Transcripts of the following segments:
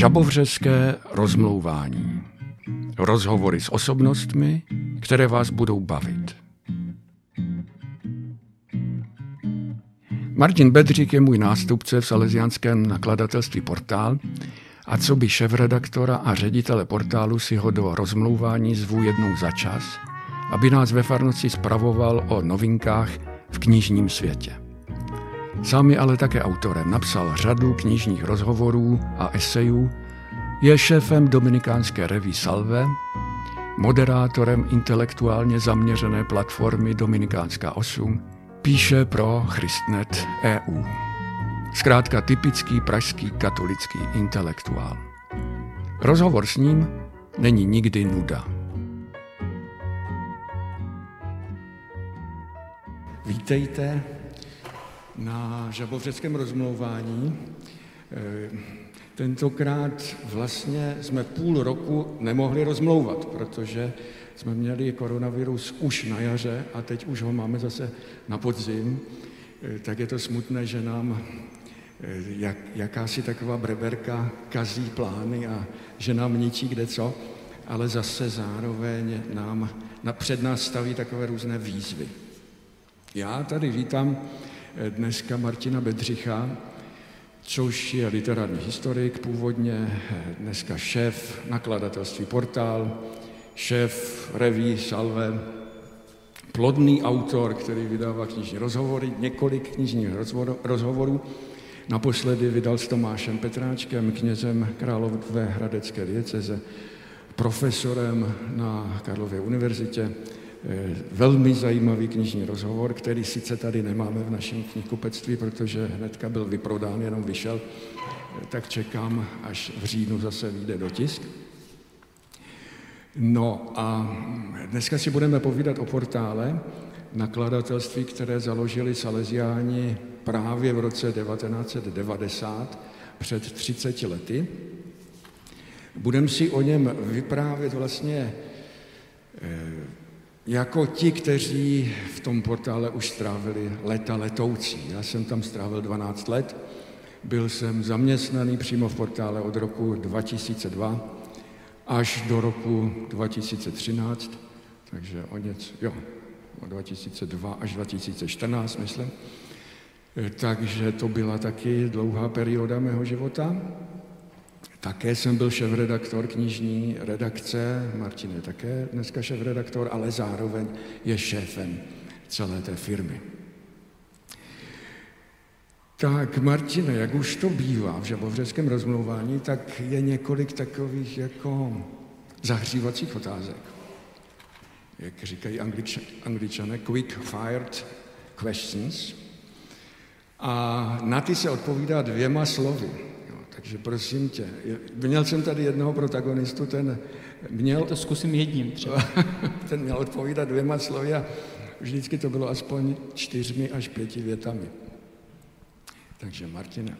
Žabovřeské rozmlouvání. Rozhovory s osobnostmi, které vás budou bavit. Martin Bedřich je můj nástupce v salesiánském nakladatelství Portál a coby šéfredaktora a ředitele portálu si ho do rozmlouvání zvu jednou za čas, aby nás ve farnosti spravoval o novinkách v knižním světě. Sám je ale také autorem, napsal řadu knižních rozhovorů a esejů, je šéfem dominikánské revue Salve, moderátorem intelektuálně zaměřené platformy Dominikánská 8, píše pro Christnet EU. Zkrátka typický pražský katolický intelektuál. Rozhovor s ním není nikdy nuda. Vítejte na žabovřeckém rozmlouvání. Tentokrát vlastně jsme půl roku nemohli rozmlouvat, protože jsme měli koronavirus už na jaře a teď už ho máme zase na podzim. Tak je to smutné, že nám jakási taková breberka kazí plány a že nám ničí kdeco, ale zase zároveň nám před nás staví takové různé výzvy. Já tady vítám dneska Martina Bedřicha, což je literární historik původně, dneska šéf nakladatelství Portál, šéf revue Salve, plodný autor, který vydává knižní rozhovory, několik knižních rozhovorů. Naposledy vydal s Tomášem Petráčkem, knězem Královéhradecké diecéze, profesorem na Karlově univerzitě. Velmi zajímavý knižní rozhovor, který sice tady nemáme v našem knihkupectví, protože hnedka byl vyprodán, jenom vyšel, tak čekám, až v říjnu zase vyjde do tisk. No a dneska si budeme povídat o Portále, nakladatelství, které založili salesiáni právě v roce 1990, před 30 lety. Budeme si o něm vyprávět vlastně jako ti, kteří v tom Portále už strávili léta letoucí. Já jsem tam strávil 12 let, byl jsem zaměstnaný přímo v Portále od roku 2002 až do roku 2013, takže od 2002 až 2014, myslím. Takže to byla taky dlouhá perioda mého života. Také jsem byl šéfredaktor knižní redakce, Martin je také dneska šéfredaktor, ale zároveň je šéfem celé té firmy. Tak Martine, jak už to bývá v žabovřeském rozmlouvání, tak je několik takových jako zahřívacích otázek. Jak říkají Angličané, quick fired questions. A na ty se odpovídá 2 slovy. Takže prosím tě, měl jsem tady jednoho protagonistu, ten měl... To zkusím jedním třeba. Ten měl odpovídat 2 slovy a vždycky to bylo aspoň 4 až 5 větami. Takže Martina,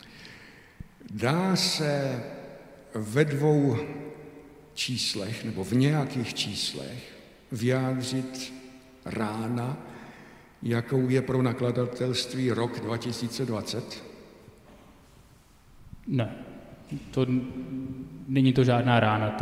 dá se ve 2 číslech, nebo v nějakých číslech vyjádřit rána, jakou je pro nakladatelství rok 2020? Ne, není to žádná rána,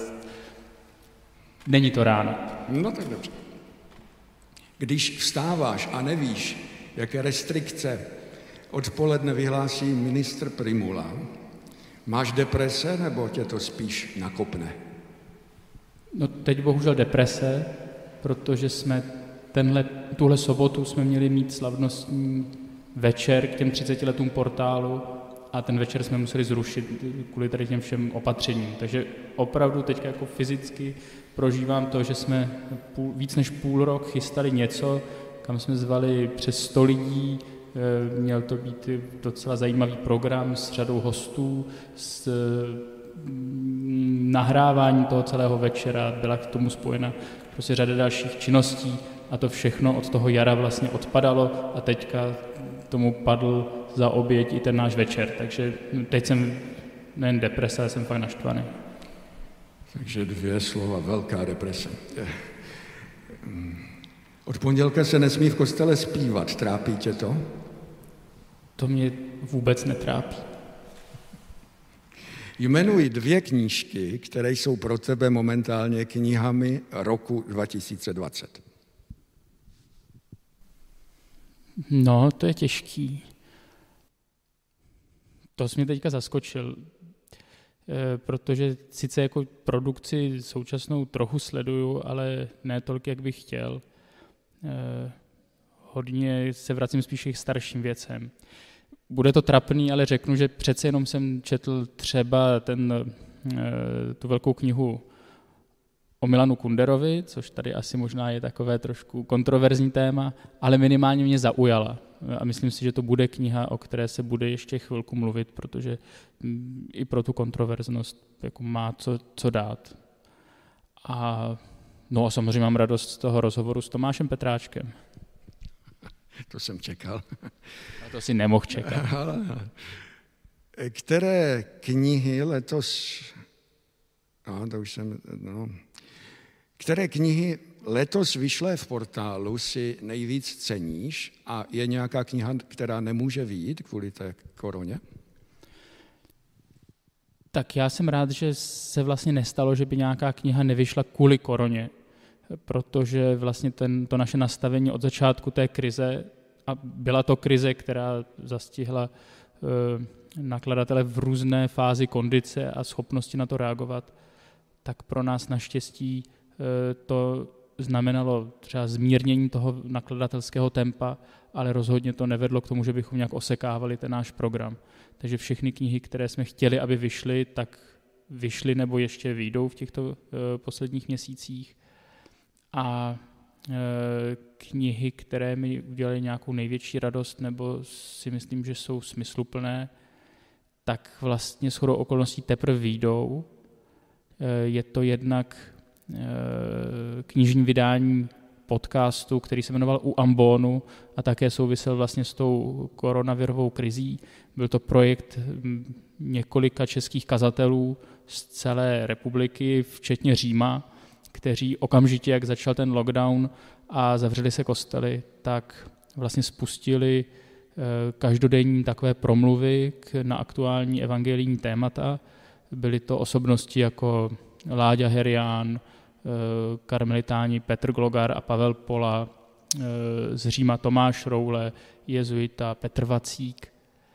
není to rána. No tak dobře. Když vstáváš a nevíš, jaké restrikce odpoledne vyhlásí ministr Prymula, máš deprese, nebo tě to spíš nakopne? No teď bohužel deprese, protože jsme tuhle sobotu jsme měli mít slavnostní večer k těm 30 letům Portálu a ten večer jsme museli zrušit kvůli tady těm všem opatřením. Takže opravdu teď jako fyzicky prožívám to, že jsme víc než půl rok chystali něco, kam jsme zvali přes 100 lidí. Měl to být docela zajímavý program s řadou hostů, s nahrávání toho celého večera, byla k tomu spojena prostě řada dalších činností a to všechno od toho jara vlastně odpadalo a teďka tomu padl za oběť i ten náš večer. Takže teď jsem nejen deprese, ale jsem fakt naštvaný. Takže 2 slova, velká deprese. Od pondělka se nesmí v kostele zpívat, trápí tě to? To mě vůbec netrápí. Jmenuji 2 knížky, které jsou pro tebe momentálně knihami roku 2020. No, to je těžký. To jsi mě teďka zaskočil, protože sice jako produkci současnou trochu sleduju, ale ne tolik, jak bych chtěl. Hodně se vracím spíš k starším věcem. Bude to trapný, ale řeknu, že přece jenom jsem četl třeba tu velkou knihu o Milanu Kunderovi, což tady asi možná je takové trošku kontroverzní téma, ale minimálně mě zaujala. A myslím si, že to bude kniha, o které se bude ještě chvilku mluvit, protože i pro tu kontroverznost jako má co dát. A samozřejmě mám radost z toho rozhovoru s Tomášem Petráčkem. To jsem čekal. A to si nemohl čekat. Které knihy letos... Které knihy letos vyšlé v portálu si nejvíc ceníš a je nějaká kniha, která nemůže vyjít kvůli té koroně? Tak já jsem rád, že se vlastně nestalo, že by nějaká kniha nevyšla kvůli koroně, protože vlastně to naše nastavení od začátku té krize, a byla to krize, která zastihla nakladatele v různé fázi kondice a schopnosti na to reagovat, tak pro nás naštěstí to znamenalo třeba zmírnění toho nakladatelského tempa, ale rozhodně to nevedlo k tomu, že bychom nějak osekávali ten náš program. Takže všechny knihy, které jsme chtěli, aby vyšly, tak vyšly nebo ještě vyjdou v těchto posledních měsících. A knihy, které mi udělaly nějakou největší radost nebo si myslím, že jsou smysluplné, tak vlastně shodou okolností teprve vyjdou. Je to jednak knižní vydání podcastu, který se jmenoval U ambonu a také souvisel vlastně s tou koronavirovou krizí. Byl to projekt několika českých kazatelů z celé republiky, včetně Říma, kteří okamžitě, jak začal ten lockdown a zavřeli se kostely, tak vlastně spustili každodenní takové promluvy na aktuální evangelijní témata. Byly to osobnosti jako Láďa Herián, karmelitáni Petr Glogar a Pavel Pola, z Říma Tomáš Roule, jezuita Petr Vacík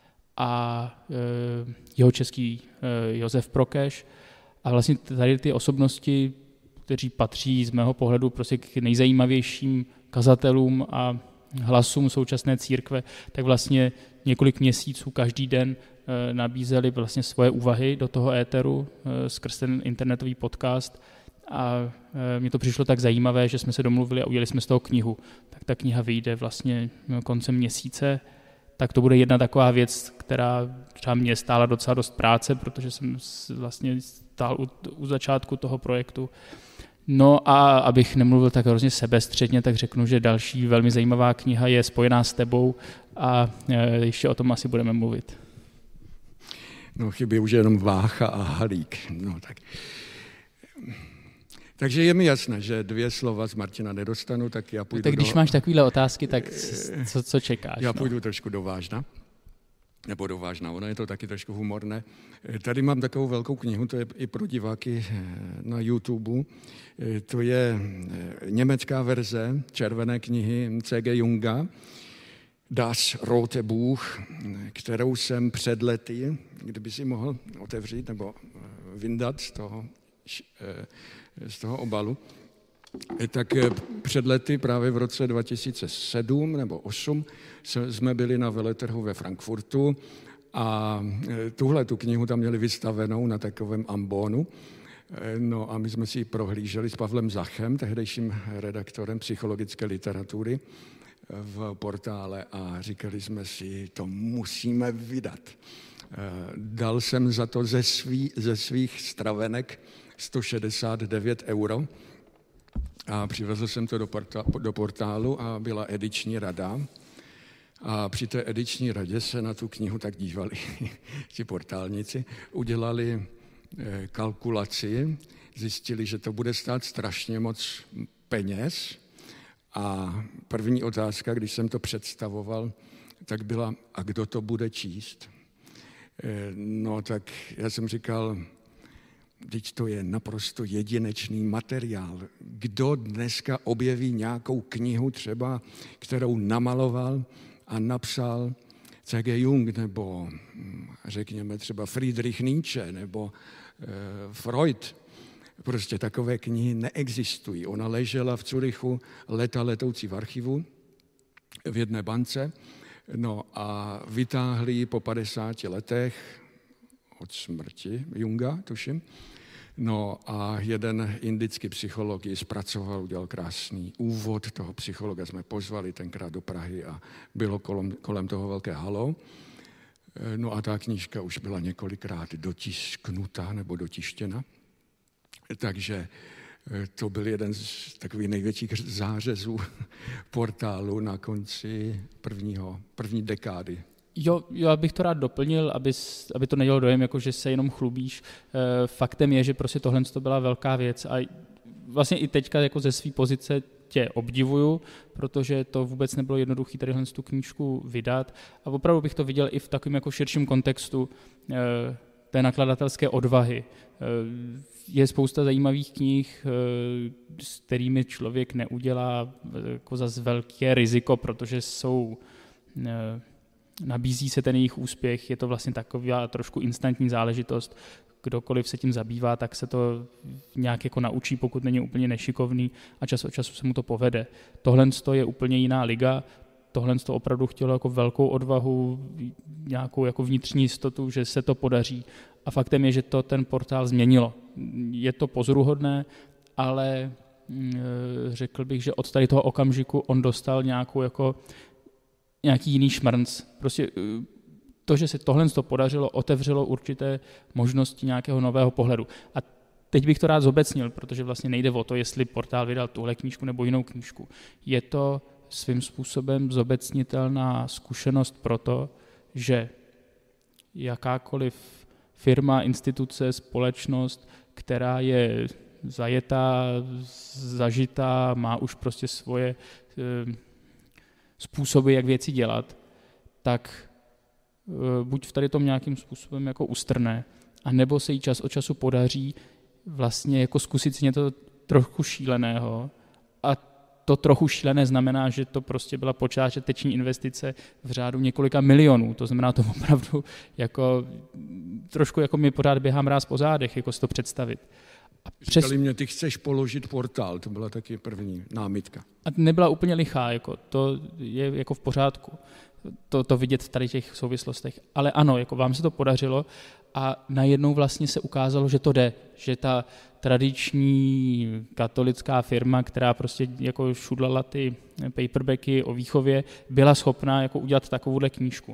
a jeho český Josef Prokeš. A vlastně tady ty osobnosti, kteří patří z mého pohledu prostě k nejzajímavějším kazatelům a hlasům současné církve, tak vlastně několik měsíců každý den nabízeli vlastně svoje úvahy do toho éteru skrz ten internetový podcast a mně to přišlo tak zajímavé, že jsme se domluvili a udělali jsme z toho knihu. Tak ta kniha vyjde vlastně koncem měsíce, tak to bude jedna taková věc, která třeba mě stála docela dost práce, protože jsem vlastně stál u začátku toho projektu. No a abych nemluvil tak hrozně sebestředně, tak řeknu, že další velmi zajímavá kniha je Spojená s tebou a ještě o tom asi budeme mluvit. No chybí už jenom Vácha a Halík. No, tak. Takže je mi jasné, že 2 slova z Martina nedostanu, tak já půjdu tak když máš takovéhle otázky, tak co čekáš? Já půjdu trošku do vážna. Nebo do vážna, ono je to taky trošku humorné. Tady mám takovou velkou knihu, to je i pro diváky na YouTube. To je německá verze červené knihy C.G. Junga, Das rote Buch, kterou jsem před lety, kdyby si mohl otevřít nebo vyndat z toho obalu, tak před lety, právě v roce 2007 nebo 2008, jsme byli na veletrhu ve Frankfurtu a tu knihu tam měli vystavenou na takovém ambonu. No a my jsme si ji prohlíželi s Pavlem Zachem, tehdejším redaktorem psychologické literatury v portále a říkali jsme si, to musíme vydat. Dal jsem za to ze svých stravenek 169 € a přivezl jsem to do portálu a byla ediční rada. A při té ediční radě se na tu knihu tak dívali ti portálníci, udělali kalkulaci, zjistili, že to bude stát strašně moc peněz a první otázka, když jsem to představoval, tak byla, a kdo to bude číst? No tak já jsem říkal, teď to je naprosto jedinečný materiál. Kdo dneska objeví nějakou knihu třeba, kterou namaloval a napsal C.G. Jung nebo řekněme třeba Friedrich Nietzsche nebo Freud. Prostě takové knihy neexistují. Ona ležela v Curychu leta letoucí v archivu v jedné bance, no a vytáhli ji po 50 letech od smrti Junga, tuším. No a jeden indický psycholog ji zpracoval, udělal krásný úvod, toho psychologa jsme pozvali tenkrát do Prahy a bylo kolem toho velké halo. No a ta knížka už byla několikrát dotisknutá nebo dotištěna. Takže to byl jeden z takových největších zářezů portálu na konci první dekády. Jo, já bych to rád doplnil, aby to nedělalo dojem, jako že se jenom chlubíš. Faktem je, že prostě tohle to byla velká věc a vlastně i teďka jako ze své pozice tě obdivuju, protože to vůbec nebylo jednoduché tadyhle tu knížku vydat a opravdu bych to viděl i v takovém jako širším kontextu té nakladatelské odvahy. Je spousta zajímavých knih, s kterými člověk neudělá jako zas velké riziko, protože nabízí se ten jejich úspěch, je to vlastně taková trošku instantní záležitost. Kdokoliv se tím zabývá, tak se to nějak jako naučí, pokud není úplně nešikovný a čas od času se mu to povede. Tohle je úplně jiná liga, tohle opravdu chtělo jako velkou odvahu, nějakou jako vnitřní jistotu, že se to podaří. A faktem je, že to ten portál změnilo. Je to pozoruhodné, ale řekl bych, že od tady toho okamžiku on dostal nějaký jiný šmrnc. Prostě to, že se tohle podařilo, otevřelo určité možnosti nějakého nového pohledu. A teď bych to rád zobecnil, protože vlastně nejde o to, jestli portál vydal tuhle knížku nebo jinou knížku. Je to svým způsobem zobecnitelná zkušenost pro to, že jakákoliv firma, instituce, společnost, která je zajetá, zažitá, má už prostě svoje způsoby, jak věci dělat, tak buď v tady tom nějakým způsobem jako ustrne, anebo se jí čas od času podaří vlastně jako zkusit si něco trochu šíleného. A to trochu šílené znamená, že to prostě byla počáteční investice v řádu několika milionů. To znamená to opravdu jako trošku jako mi pořád běhám ráz po zádech, jako si to představit. Říkali mě, ty chceš položit portál, to byla taky první námitka. A nebyla úplně lichá, jako to je jako v pořádku, to vidět v tady těch souvislostech. Ale ano, jako vám se to podařilo a najednou vlastně se ukázalo, že to jde, že ta tradiční katolická firma, která prostě jako šudlala ty paperbacky o výchově, byla schopná jako udělat takovouhle knížku.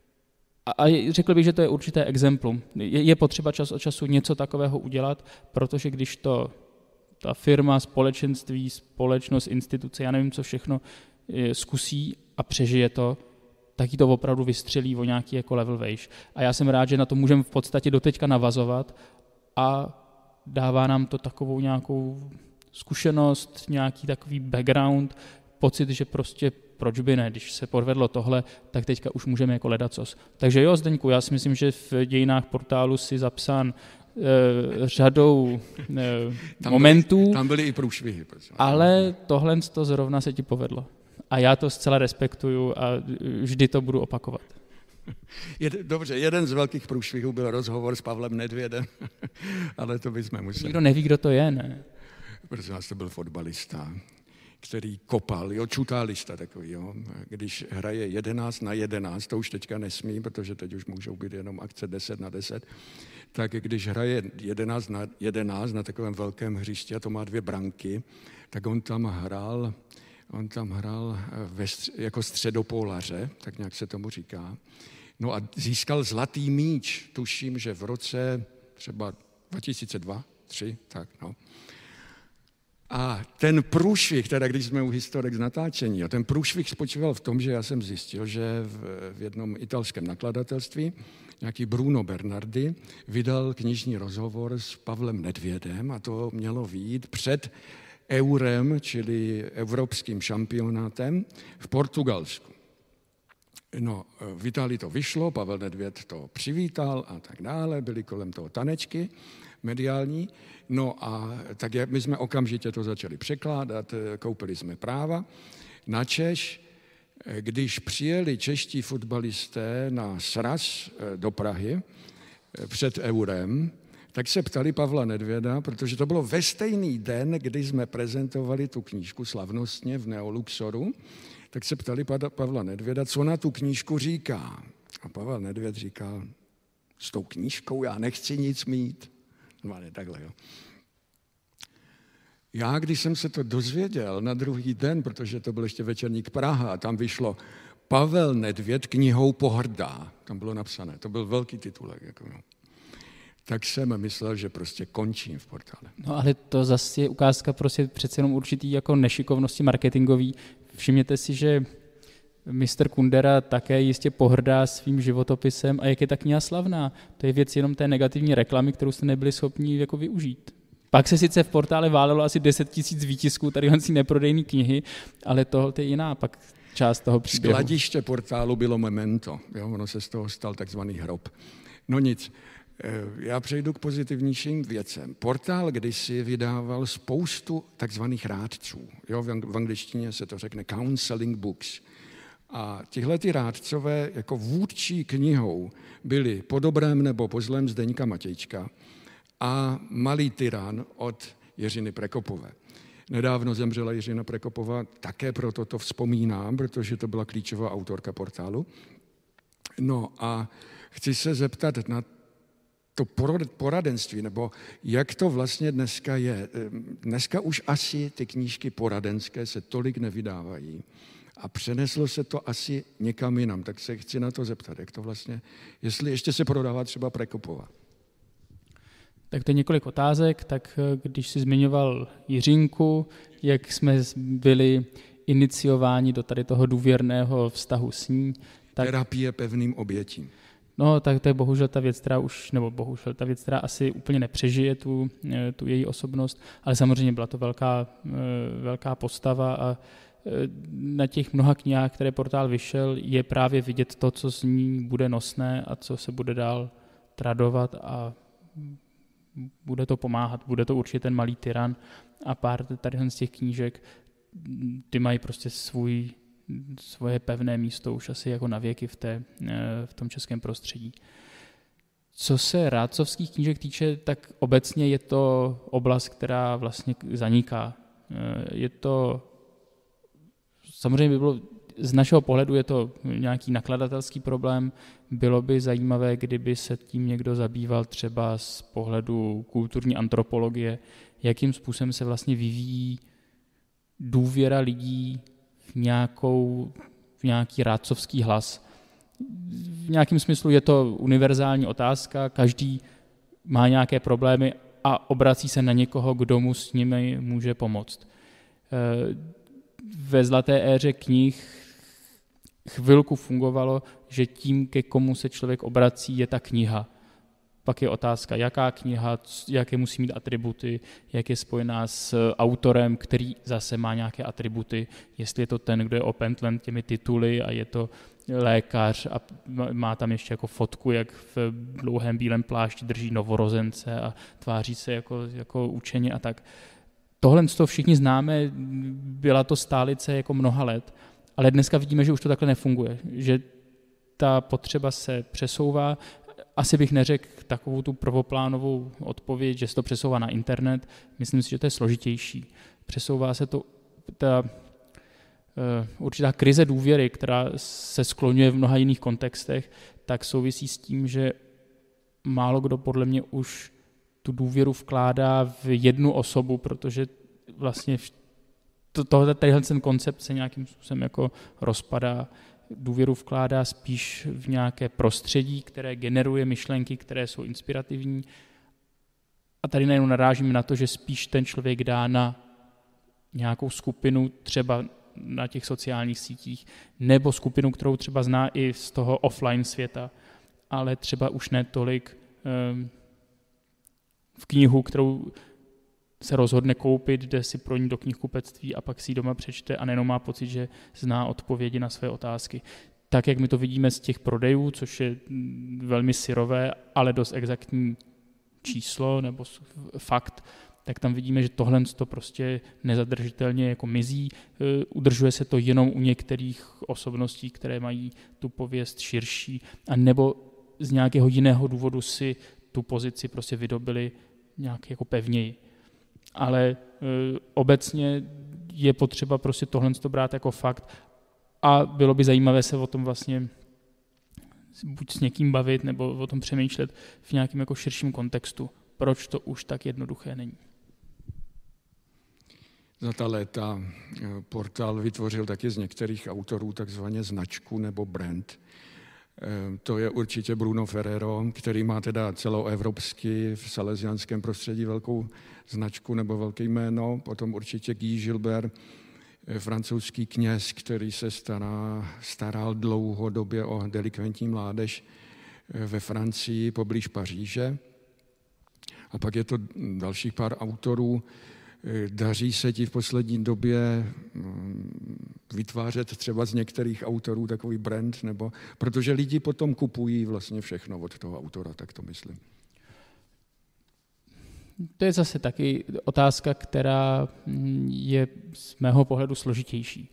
A řekl bych, že to je určité exemplum. Je potřeba čas od času něco takového udělat, protože když to ta firma, společenství, společnost, instituce, já nevím, co všechno zkusí a přežije to, tak jí to opravdu vystřelí o nějaký jako level vejš. A já jsem rád, že na to můžeme v podstatě doteďka navazovat a dává nám to takovou nějakou zkušenost, nějaký takový background, pocit, že prostě proč by ne, když se podvedlo tohle, tak teďka už můžeme jako ledacos. Takže jo, Zdeňku, já si myslím, že v dějinách portálu si zapsán řadou momentů. Tam byly i průšvihy. Ale tohle to zrovna se ti povedlo. A já to zcela respektuju a vždy to budu opakovat. Dobře, jeden z velkých průšvihů byl rozhovor s Pavlem Nedvědem, ale to bychom museli. Nikdo neví, kdo to je, ne? Protože nás to byl fotbalista, který kopal, čutálista takový, jo. Když hraje 11-11, to už teďka nesmí, protože teď už můžou být jenom akce 10-10, tak když hraje 11-11 na takovém velkém hřišti a to má 2 branky, tak on tam hrál jako středopólaře, tak nějak se tomu říká. No a získal zlatý míč, tuším, že v roce třeba 2002-2003, tak no. A ten průšvih, teda když jsme u historek z natáčení, ten průšvih spočíval v tom, že já jsem zjistil, že v jednom italském nakladatelství nějaký Bruno Bernardi vydal knižní rozhovor s Pavlem Nedvědem a to mělo vyjít před Eurem, čili evropským šampionátem v Portugalsku. No, v Itálii to vyšlo, Pavel Nedvěd to přivítal a tak dále, byly kolem toho tanečky mediální. No a tak my jsme okamžitě to začali překládat, koupili jsme práva na Češ. Když přijeli čeští fotbalisté na sraz do Prahy před Eurem, tak se ptali Pavla Nedvěda, protože to bylo ve stejný den, kdy jsme prezentovali tu knížku slavnostně v Neoluxoru, tak se ptali Pavla Nedvěda, co na tu knížku říká. A Pavel Nedvěd říkal, s tou knížkou já nechci nic mít. No ne, takhle, jo. Já, když jsem se to dozvěděl na druhý den, protože to byl ještě Večerník Praha, a tam vyšlo Pavel Nedvěd knihou pohrdá. Tam bylo napsané, to byl velký titulek. Jako, no. Tak jsem myslel, že prostě končím v Portále. No ale to zase je ukázka prostě přece jenom určitý jako nešikovnosti marketingový. Všimněte si, že Mr. Kundera také jistě pohrdá svým životopisem a jak je ta kniha slavná. To je věc jenom té negativní reklamy, kterou jste nebyli schopni jako využít. Pak se sice v Portále válelo asi 10 000 výtisků tady neprodejné knihy, ale tohle je jiná pak část toho příběhu. Skladiště Portálu bylo memento, jo? Ono se z toho stal takzvaný hrob. No nic, já přejdu k pozitivnějším věcem. Portál kdysi vydával spoustu takzvaných rádců. Jo? V angličtině se to řekne counseling books. A tihle ty rádcové jako vůdčí knihou byly Po dobrém nebo po zlém Zdeňka Matějčka a Malý tyran od Jiřiny Prekopové. Nedávno zemřela Jiřina Prekopová, také proto to vzpomínám, protože to byla klíčová autorka Portálu. No a chci se zeptat na to poradenství, nebo jak to vlastně dneska je. Dneska už asi ty knížky poradenské se tolik nevydávají a přeneslo se to asi někam jinam, tak se chci na to zeptat, jak to vlastně, jestli ještě se prodává třeba Prekopová. Tak to je několik otázek, tak když jsi zmiňoval Jiřinku, jak jsme byli iniciováni do tady toho důvěrného vztahu s ní. Tak terapie pevným obětím. No, tak to je bohužel ta věc, která asi úplně nepřežije tu její osobnost, ale samozřejmě byla to velká postava a na těch mnoha knihách, které Portál vyšel, je právě vidět to, co z ní bude nosné a co se bude dál tradovat a bude to pomáhat, bude to určitě ten Malý tyran a pár tady z těch knížek, ty mají prostě svoje pevné místo už asi jako na věky v tom českém prostředí. Co se rádcovských knížek týče, tak obecně je to oblast, která vlastně zaniká. Je to, samozřejmě by bylo, z našeho pohledu je to nějaký nakladatelský problém. Bylo by zajímavé, kdyby se tím někdo zabýval třeba z pohledu kulturní antropologie, jakým způsobem se vlastně vyvíjí důvěra lidí v nějaký rádcovský hlas. V nějakém smyslu je to univerzální otázka, každý má nějaké problémy a obrací se na někoho, kdo mu s nimi může pomoct. Ve zlaté éře knih chvilku fungovalo, že tím, ke komu se člověk obrací, je ta kniha. Pak je otázka, jaká kniha, jaké musí mít atributy, jak je spojená s autorem, který zase má nějaké atributy, jestli je to ten, kdo je opentlen těmi tituly a je to lékař a má tam ještě jako fotku, jak v dlouhém bílém plášti drží novorozence a tváří se jako učeně a tak. Tohle z toho všichni známe, byla to stálice jako mnoha let, ale dneska vidíme, že už to takhle nefunguje, že ta potřeba se přesouvá. Asi bych neřekl takovou tu prvoplánovou odpověď, že se to přesouvá na internet. Myslím si, že to je složitější. Přesouvá se to ta určitá krize důvěry, která se skloňuje v mnoha jiných kontextech, tak souvisí s tím, že málo kdo podle mě už tu důvěru vkládá v jednu osobu, protože vlastně tenhle koncept se nějakým způsobem jako rozpadá. Důvěru vkládá spíš v nějaké prostředí, které generuje myšlenky, které jsou inspirativní. A tady najednou narážíme na to, že spíš ten člověk dá na nějakou skupinu, třeba na těch sociálních sítích, nebo skupinu, kterou třeba zná i z toho offline světa, ale třeba už ne tolik v knihu, kterou se rozhodne koupit, jde si pro ní do knihkupectví a pak si ji doma přečte a nejenom má pocit, že zná odpovědi na své otázky. tak, jak my to vidíme z těch prodejů, což je velmi syrové, ale dost exaktní číslo nebo fakt, tak tam vidíme, že tohle to prostě nezadržitelně jako mizí. Udržuje se to jenom u některých osobností, které mají tu pověst širší, a nebo z nějakého jiného důvodu si tu pozici prostě vydobili nějak jako pevněji. Ale obecně je potřeba prostě tohle brát jako fakt a bylo by zajímavé se o tom vlastně buď s někým bavit, nebo o tom přemýšlet v nějakém jako širším kontextu. Proč to už tak jednoduché není? Za ta léta portál vytvořil taky z některých autorů takzvaně značku nebo brand. To je určitě Bruno Ferrero, který má teda celoevropsky v salesiánském prostředí velkou značku nebo velké jméno. Potom určitě Guy Gilbert, francouzský kněz, který se staral dlouhodobě o delikventní mládež ve Francii poblíž Paříže. A pak je to dalších pár autorů. Daří se ti v poslední době vytvářet třeba z některých autorů takový brand, nebo protože lidi potom kupují vlastně všechno od toho autora, tak to myslím. To je zase taky otázka, která je z mého pohledu složitější.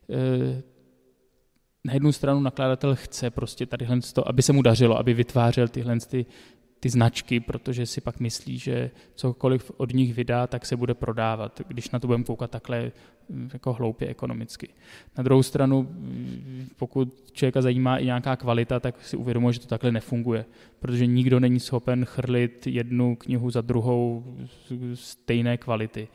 Na jednu stranu nakladatel chce prostě tadyhle to, aby se mu dařilo, aby vytvářel tyhle ty značky, protože si pak myslí, že cokoliv od nich vydá, tak se bude prodávat, když na to budeme koukat takhle jako hloupě ekonomicky. Na druhou stranu, pokud člověka zajímá i nějaká kvalita, tak si uvědomuje, že to takhle nefunguje, protože nikdo není schopen chrlit jednu knihu za druhou stejné kvality.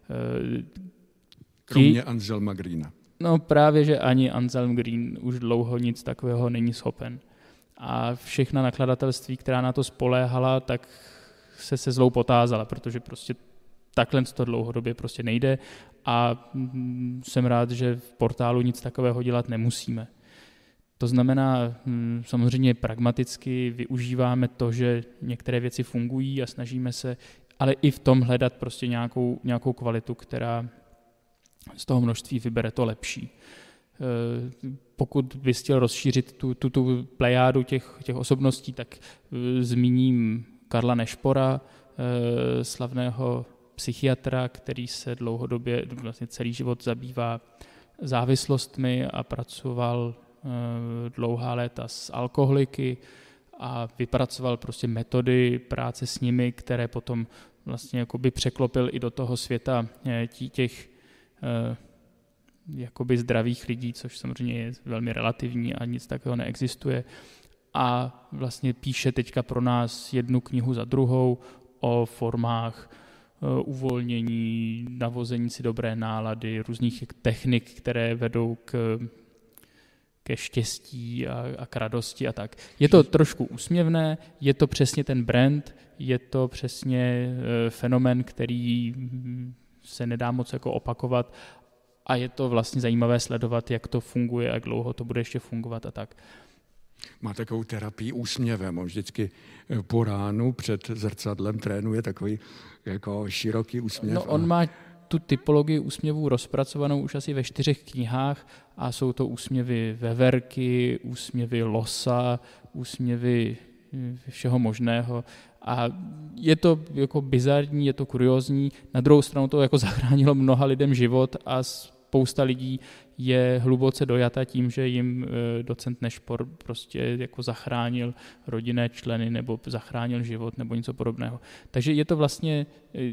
Kromě Anselma Greena. No právě, že ani Anselm Green už dlouho nic takového není schopen. A všechna nakladatelství, která na to spoléhala, tak se zlou potázala, protože prostě takhle to dlouhodobě prostě nejde a jsem rád, že v portálu nic takového dělat nemusíme. To znamená, samozřejmě pragmaticky využíváme to, že některé věci fungují a snažíme se, ale i v tom hledat prostě nějakou kvalitu, která z toho množství vybere to lepší. Pokud bys chtěl rozšířit tu plejádu těch osobností, tak zmíním Karla Nešpora, slavného psychiatra, který se dlouhodobě, vlastně celý život zabývá závislostmi a pracoval dlouhá léta s alkoholiky a vypracoval prostě metody práce s nimi, které potom vlastně jakoby překlopil i do toho světa těch jakoby zdravých lidí, což samozřejmě je velmi relativní a nic takového neexistuje. A vlastně píše teďka pro nás jednu knihu za druhou o formách uvolnění, navození si dobré nálady, různých technik, které vedou ke štěstí a k radosti a tak. Je to trošku úsměvné, je to přesně ten brand, je to přesně fenomén, který se nedá moc jako opakovat a je to vlastně zajímavé sledovat, jak to funguje, jak dlouho to bude ještě fungovat a tak. Má takovou terapii úsměvem, on vždycky po ránu před zrcadlem trénuje takový jako široký úsměv. No, on má tu typologii úsměvů rozpracovanou už asi ve 4 knihách a jsou to úsměvy veverky, úsměvy losa, úsměvy všeho možného. A je to jako bizarní, je to kuriózní. Na druhou stranu to jako zachránilo mnoha lidem život a spousta lidí je hluboce dojata tím, že jim docent Nešpor prostě jako zachránil rodinné členy nebo zachránil život nebo něco podobného. Takže je to vlastně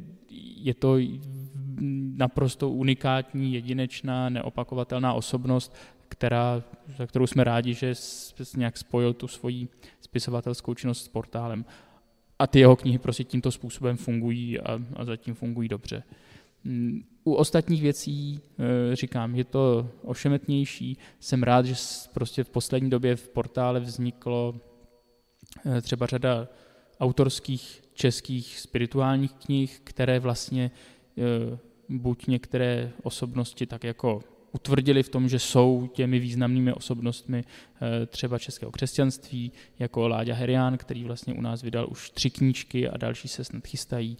naprosto unikátní, jedinečná, neopakovatelná osobnost, za kterou jsme rádi, že nějak spojil tu svoji spisovatelskou činnost s portálem. A ty jeho knihy prostě tímto způsobem fungují a zatím fungují dobře. U ostatních věcí, říkám, je to ošemetnější. Jsem rád, že prostě v poslední době v portále vzniklo třeba řada autorských českých spirituálních knih, které vlastně buď některé osobnosti tak jako utvrdili v tom, že jsou těmi významnými osobnostmi třeba českého křesťanství, jako Láďa Herián, který vlastně u nás vydal už 3 knížky a další se snad chystají.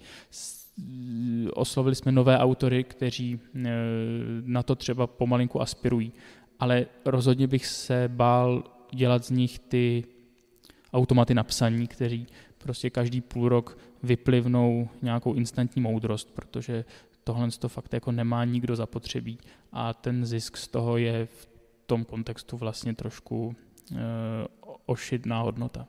Oslovili jsme nové autory, kteří na to třeba pomalinku aspirují. ale rozhodně bych se bál dělat z nich ty automaty na psaní, kteří prostě každý půl rok vyplivnou nějakou instantní moudrost, protože tohle to fakt jako nemá nikdo zapotřebí a ten zisk z toho je v tom kontextu vlastně trošku ošidná hodnota.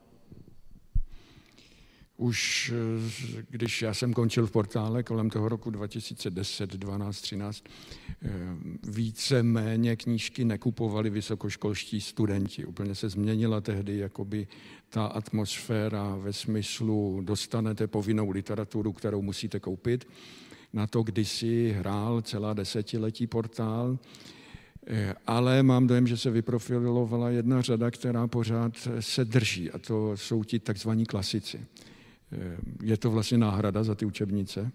Už když já jsem končil v Portále kolem toho roku 2010, 12, 13, více méně knížky nekupovali vysokoškolští studenti. Úplně se změnila tehdy jakoby ta atmosféra ve smyslu dostanete povinnou literaturu, kterou musíte koupit. Na to kdysi hrál celá desetiletí Portál, ale mám dojem, že se vyprofilovala jedna řada, která pořád se drží, a to jsou ti takzvaní klasici. Je to vlastně náhrada za ty učebnice?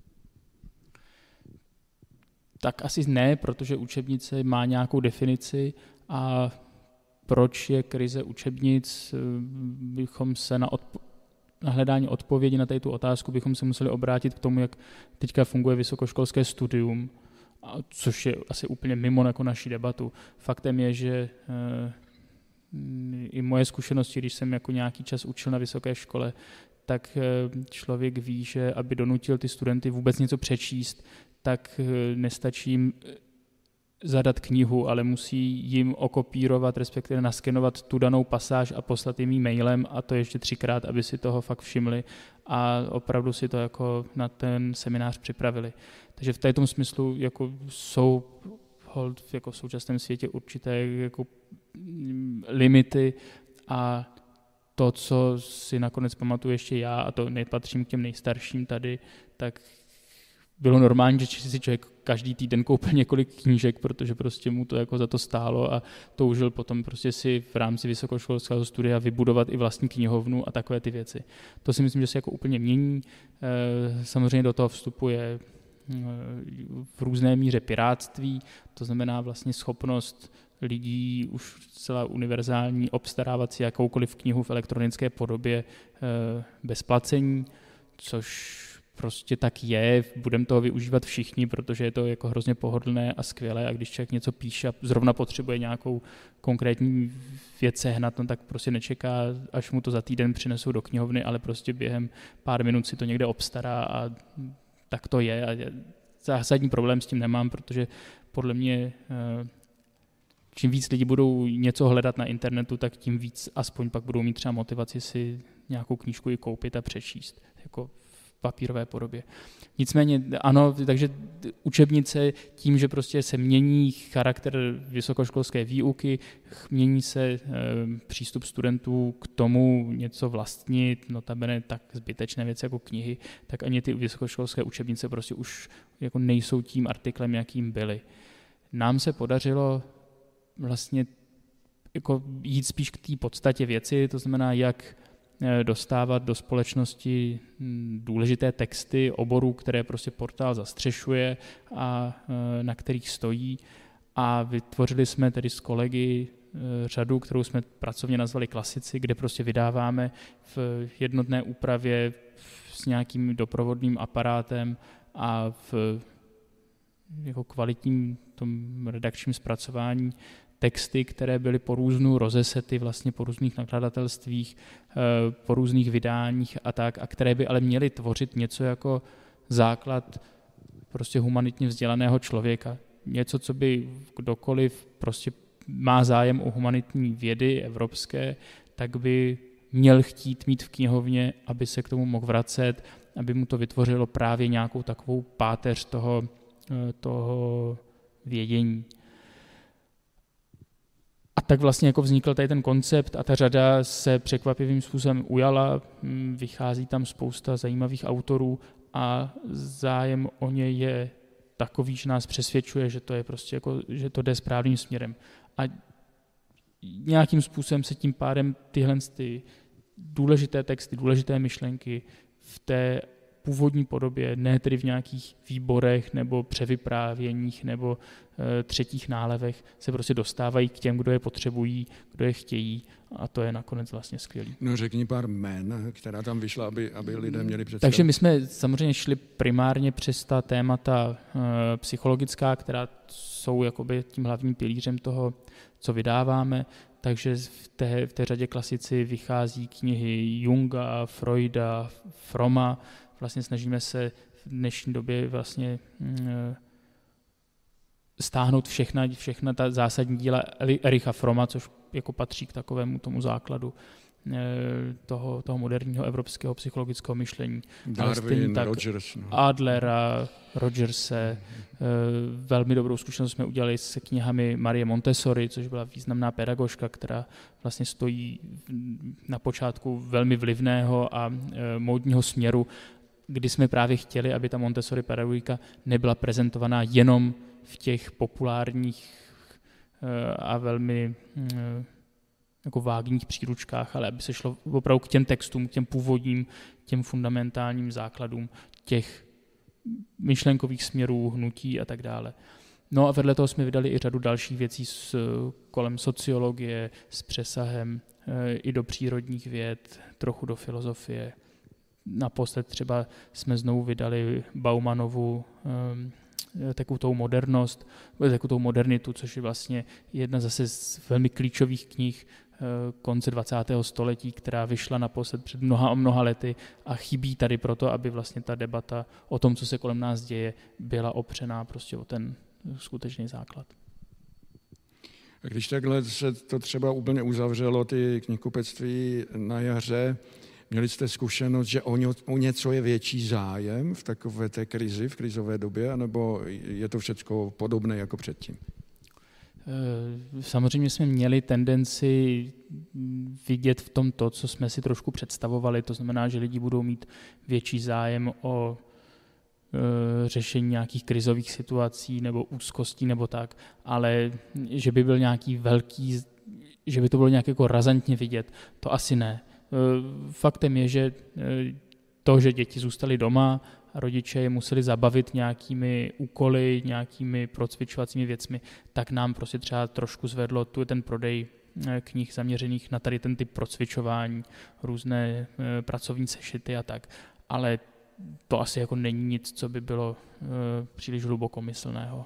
Tak asi ne, protože učebnice má nějakou definici a proč je krize učebnic, bychom se na hledání odpovědi na tu otázku bychom se museli obrátit k tomu, jak teďka funguje vysokoškolské studium, což je asi úplně mimo jako naši debatu. Faktem je, že i moje zkušenosti, když jsem jako nějaký čas učil na vysoké škole, tak člověk ví, že aby donutil ty studenty vůbec něco přečíst, tak nestačí jim zadat knihu, ale musí jim okopírovat, respektive naskenovat tu danou pasáž a poslat jim mailem, a to ještě 3krát, aby si toho fakt všimli a opravdu si to jako na ten seminář připravili. Takže v této smyslu jako jsou jako v současném světě určité jako limity a to, co si nakonec pamatuju ještě já, a to nepatřím k těm nejstarším tady, tak bylo normální, že si člověk každý týden koupil několik knížek, protože prostě mu to jako za to stálo a toužil potom prostě si v rámci vysokoškolského studia vybudovat i vlastní knihovnu a takové ty věci. To si myslím, že se jako úplně mění. Samozřejmě do toho vstupuje v různé míře pirátství, to znamená vlastně schopnost lidí už celá univerzální obstarávat si jakoukoliv knihu v elektronické podobě bez placení, což prostě tak je, budeme toho využívat všichni, protože je to jako hrozně pohodlné a skvělé, a když člověk něco píše a zrovna potřebuje nějakou konkrétní věc sehnat, no tak prostě nečeká, až mu to za týden přinesou do knihovny, ale prostě během pár minut si to někde obstará a tak to je. A zásadní problém s tím nemám, protože podle mě čím víc lidi budou něco hledat na internetu, tak tím víc aspoň pak budou mít třeba motivaci si nějakou knížku i koupit a přečíst, jako v papírové podobě. Nicméně ano, takže učebnice tím, že prostě se mění charakter vysokoškolské výuky, mění se přístup studentů k tomu něco vlastnit, notabene tak zbytečné věci jako knihy, tak ani ty vysokoškolské učebnice prostě už jako nejsou tím artiklem, jakým byly. Nám se podařilo vlastně jako jít spíš k té podstatě věci, to znamená, jak dostávat do společnosti důležité texty oborů, které prostě Portál zastřešuje a na kterých stojí. A vytvořili jsme tedy s kolegy řadu, kterou jsme pracovně nazvali Klasici, kde prostě vydáváme v jednotné úpravě s nějakým doprovodným aparátem a v jako kvalitním tom redakčním zpracování texty, které byly po různu rozesety vlastně po různých nakladatelstvích, po různých vydáních a tak, a které by ale měly tvořit něco jako základ prostě humanitně vzdělaného člověka. Něco, co by kdokoliv prostě má zájem o humanitní vědy evropské, tak by měl chtít mít v knihovně, aby se k tomu mohl vracet, aby mu to vytvořilo právě nějakou takovou páteř toho vědění. A tak vlastně jako vznikl tady ten koncept a ta řada se překvapivým způsobem ujala, vychází tam spousta zajímavých autorů a zájem o ně je takový, že nás přesvědčuje, že to je prostě jako, že to jde správným směrem. A nějakým způsobem se tím pádem tyhle důležité texty, důležité myšlenky v té původní podobě, ne tedy v nějakých výborech nebo převyprávěních nebo třetích nálevech, se prostě dostávají k těm, kdo je potřebují, kdo je chtějí a to je nakonec vlastně skvělý. No řekni pár jmen, která tam vyšla, aby lidé měli představu. Takže my jsme samozřejmě šli primárně přes ta témata psychologická, která jsou jakoby tím hlavním pilířem toho, co vydáváme, takže v té řadě klasici vychází knihy Junga, Freuda, Froma. Vlastně snažíme se v dnešní době vlastně stáhnout všechna ta zásadní díla Ericha Froma, což jako patří k takovému tomu základu toho moderního evropského psychologického myšlení. Darwin, Rogers. No. Adlera, Rogerse. Velmi dobrou zkušenost jsme udělali s knihami Marie Montessori, což byla významná pedagožka, která vlastně stojí na počátku velmi vlivného a módního směru, kdy jsme právě chtěli, aby ta Montessori pedagogika nebyla prezentovaná jenom v těch populárních a velmi jako vágních příručkách, ale aby se šlo opravdu k těm textům, k těm původním, těm fundamentálním základům těch myšlenkových směrů, hnutí a tak dále. No a vedle toho jsme vydali i řadu dalších věcí kolem sociologie, s přesahem i do přírodních věd, trochu do filozofie. Naposled třeba jsme znovu vydali Baumanovu takovou modernost, takovou modernitu, což je vlastně jedna zase z velmi klíčových knih konce 20. století, která vyšla naposled před mnoha lety a chybí tady proto, aby vlastně ta debata o tom, co se kolem nás děje, byla opřená prostě o ten skutečný základ. A když takhle se to třeba úplně uzavřelo, ty knihkupectví na jaře, měli jste zkušenost, že o něco je větší zájem v takové té krizi, v krizové době, anebo je to všechno podobné jako předtím? Samozřejmě jsme měli tendenci vidět v tom to, co jsme si trošku představovali, to znamená, že lidi budou mít větší zájem o řešení nějakých krizových situací nebo úzkostí nebo tak, ale že by byl nějaký velký, že by to bylo nějak jako razantně vidět, to asi ne. Faktem je, že to, že děti zůstaly doma a rodiče je museli zabavit nějakými úkoly, nějakými procvičovacími věcmi, tak nám prostě třeba trošku zvedlo ten prodej knih zaměřených na tady ten typ procvičování, různé pracovní sešity a tak. Ale to asi jako není nic, co by bylo příliš hlubokomyslného.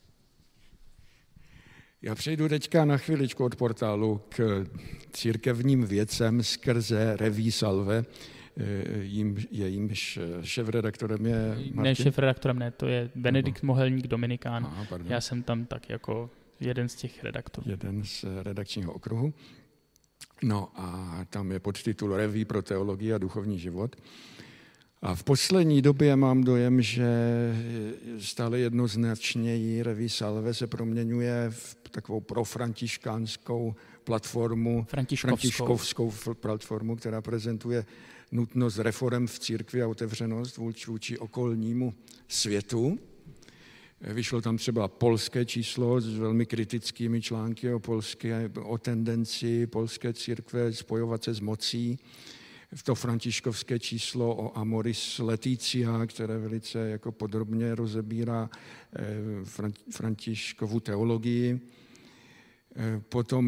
Já přejdu teďka na chviličku od portálu k církevním věcem skrze Revue Salve. Jejímž šéfredaktorem je Martin? Ne, šéfredaktorem ne, to je Benedikt Mohelník, Dominikán. Já jsem tam tak jako jeden z těch redaktorů. Jeden z redakčního okruhu. No a tam je podtitul Revue pro teologii a duchovní život. A v poslední době mám dojem, že stále jednoznačněji Revue Salve se proměňuje v takovou profrantiškánskou platformu, františkovskou platformu, která prezentuje nutnost reforem v církvi a otevřenost vůči okolnímu světu. Vyšlo tam třeba polské číslo s velmi kritickými články o tendenci polské církve spojovat se s mocí. To františkovské číslo o Amoris Laetitia, které velice jako podrobně rozebírá Františkovu teologii. Potom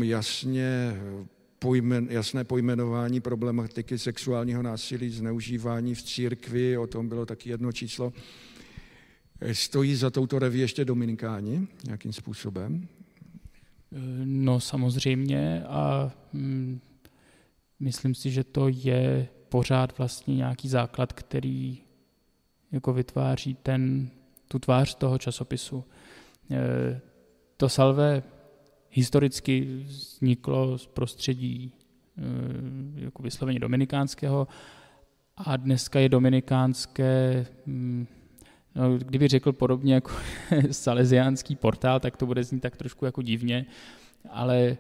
jasné pojmenování problematiky sexuálního násilí, zneužívání v církvi, o tom bylo taky jedno číslo. Stojí za touto revue ještě dominikáni nějakým způsobem? No samozřejmě a myslím si, že to je pořád vlastně nějaký základ, který jako vytváří tu tvář toho časopisu. To Salve historicky vzniklo z prostředí jako vysloveně dominikánského a dneska je dominikánské, no, kdyby řekl podobně jako salesiánský portál, tak to bude znít tak trošku jako divně, ale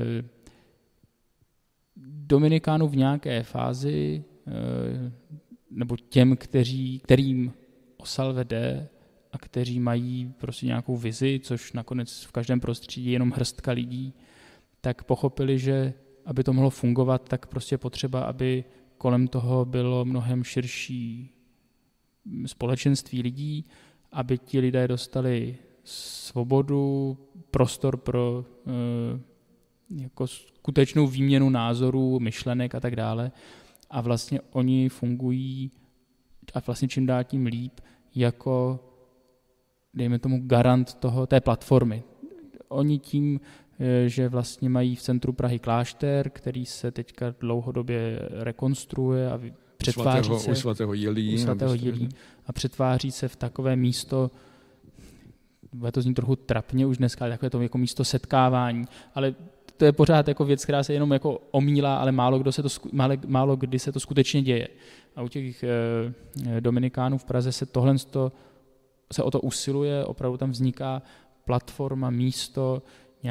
Dominikánů v nějaké fázi, nebo těm, kterým o Salve jde a kteří mají prostě nějakou vizi, což nakonec v každém prostředí je jenom hrstka lidí, tak pochopili, že aby to mohlo fungovat, tak prostě potřeba, aby kolem toho bylo mnohem širší společenství lidí, aby ti lidé dostali svobodu, prostor pro jako skutečnou výměnu názorů, myšlenek a tak dále. A vlastně oni fungují a vlastně čím dál tím líp jako, dejme tomu, garant té platformy. Oni tím, že vlastně mají v centru Prahy klášter, který se teďka dlouhodobě rekonstruuje a přetváří se u svatého Jilí a přetváří se v takové místo, bude to znít trochu trapně už dneska, ale takové to jako místo setkávání, ale to je pořád jako věc, která se jenom jako omílá, ale málo kdy se to skutečně děje. A u těch Dominikánů v Praze se se o to usiluje, opravdu tam vzniká platforma, místo,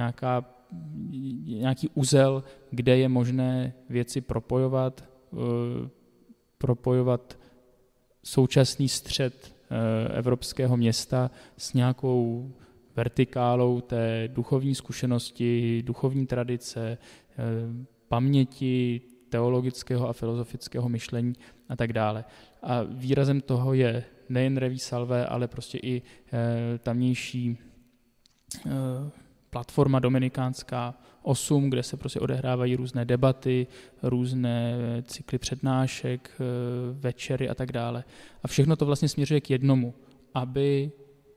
nějaký uzel, kde je možné věci propojovat současný střed evropského města s nějakou vertikálou té duchovní zkušenosti, duchovní tradice, paměti, teologického a filozofického myšlení a tak dále. A výrazem toho je nejen Reví Salvé, ale prostě i tamnější platforma dominikánská 8, kde se prostě odehrávají různé debaty, různé cykly přednášek, večery a tak dále. A všechno to vlastně směřuje k jednomu, aby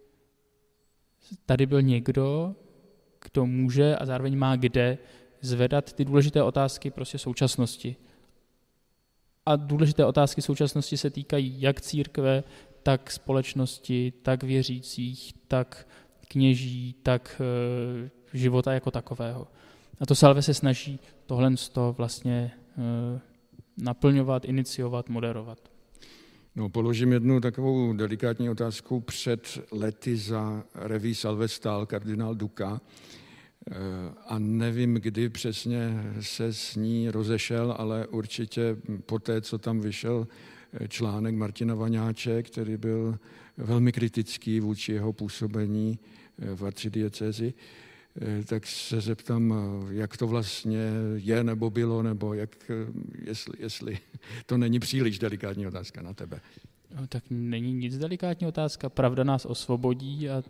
tady byl někdo, kdo může a zároveň má kde zvedat ty důležité otázky prostě současnosti. A důležité otázky současnosti se týkají jak církve, tak společnosti, tak věřících, tak kněží, tak života jako takového. A to Salve se snaží tohle vlastně naplňovat, iniciovat, moderovat. No, položím jednu takovou delikátní otázku. Před lety za Reví Salve stál kardinál Duka a nevím, kdy přesně se s ní rozešel, ale určitě po té, co tam vyšel článek Martina Vaňáče, který byl velmi kritický vůči jeho působení v arcidiecézi, tak se zeptám, jak to vlastně je nebo bylo, nebo jestli to není příliš delikátní otázka na tebe. No, tak není nic delikátní otázka, pravda nás osvobodí. A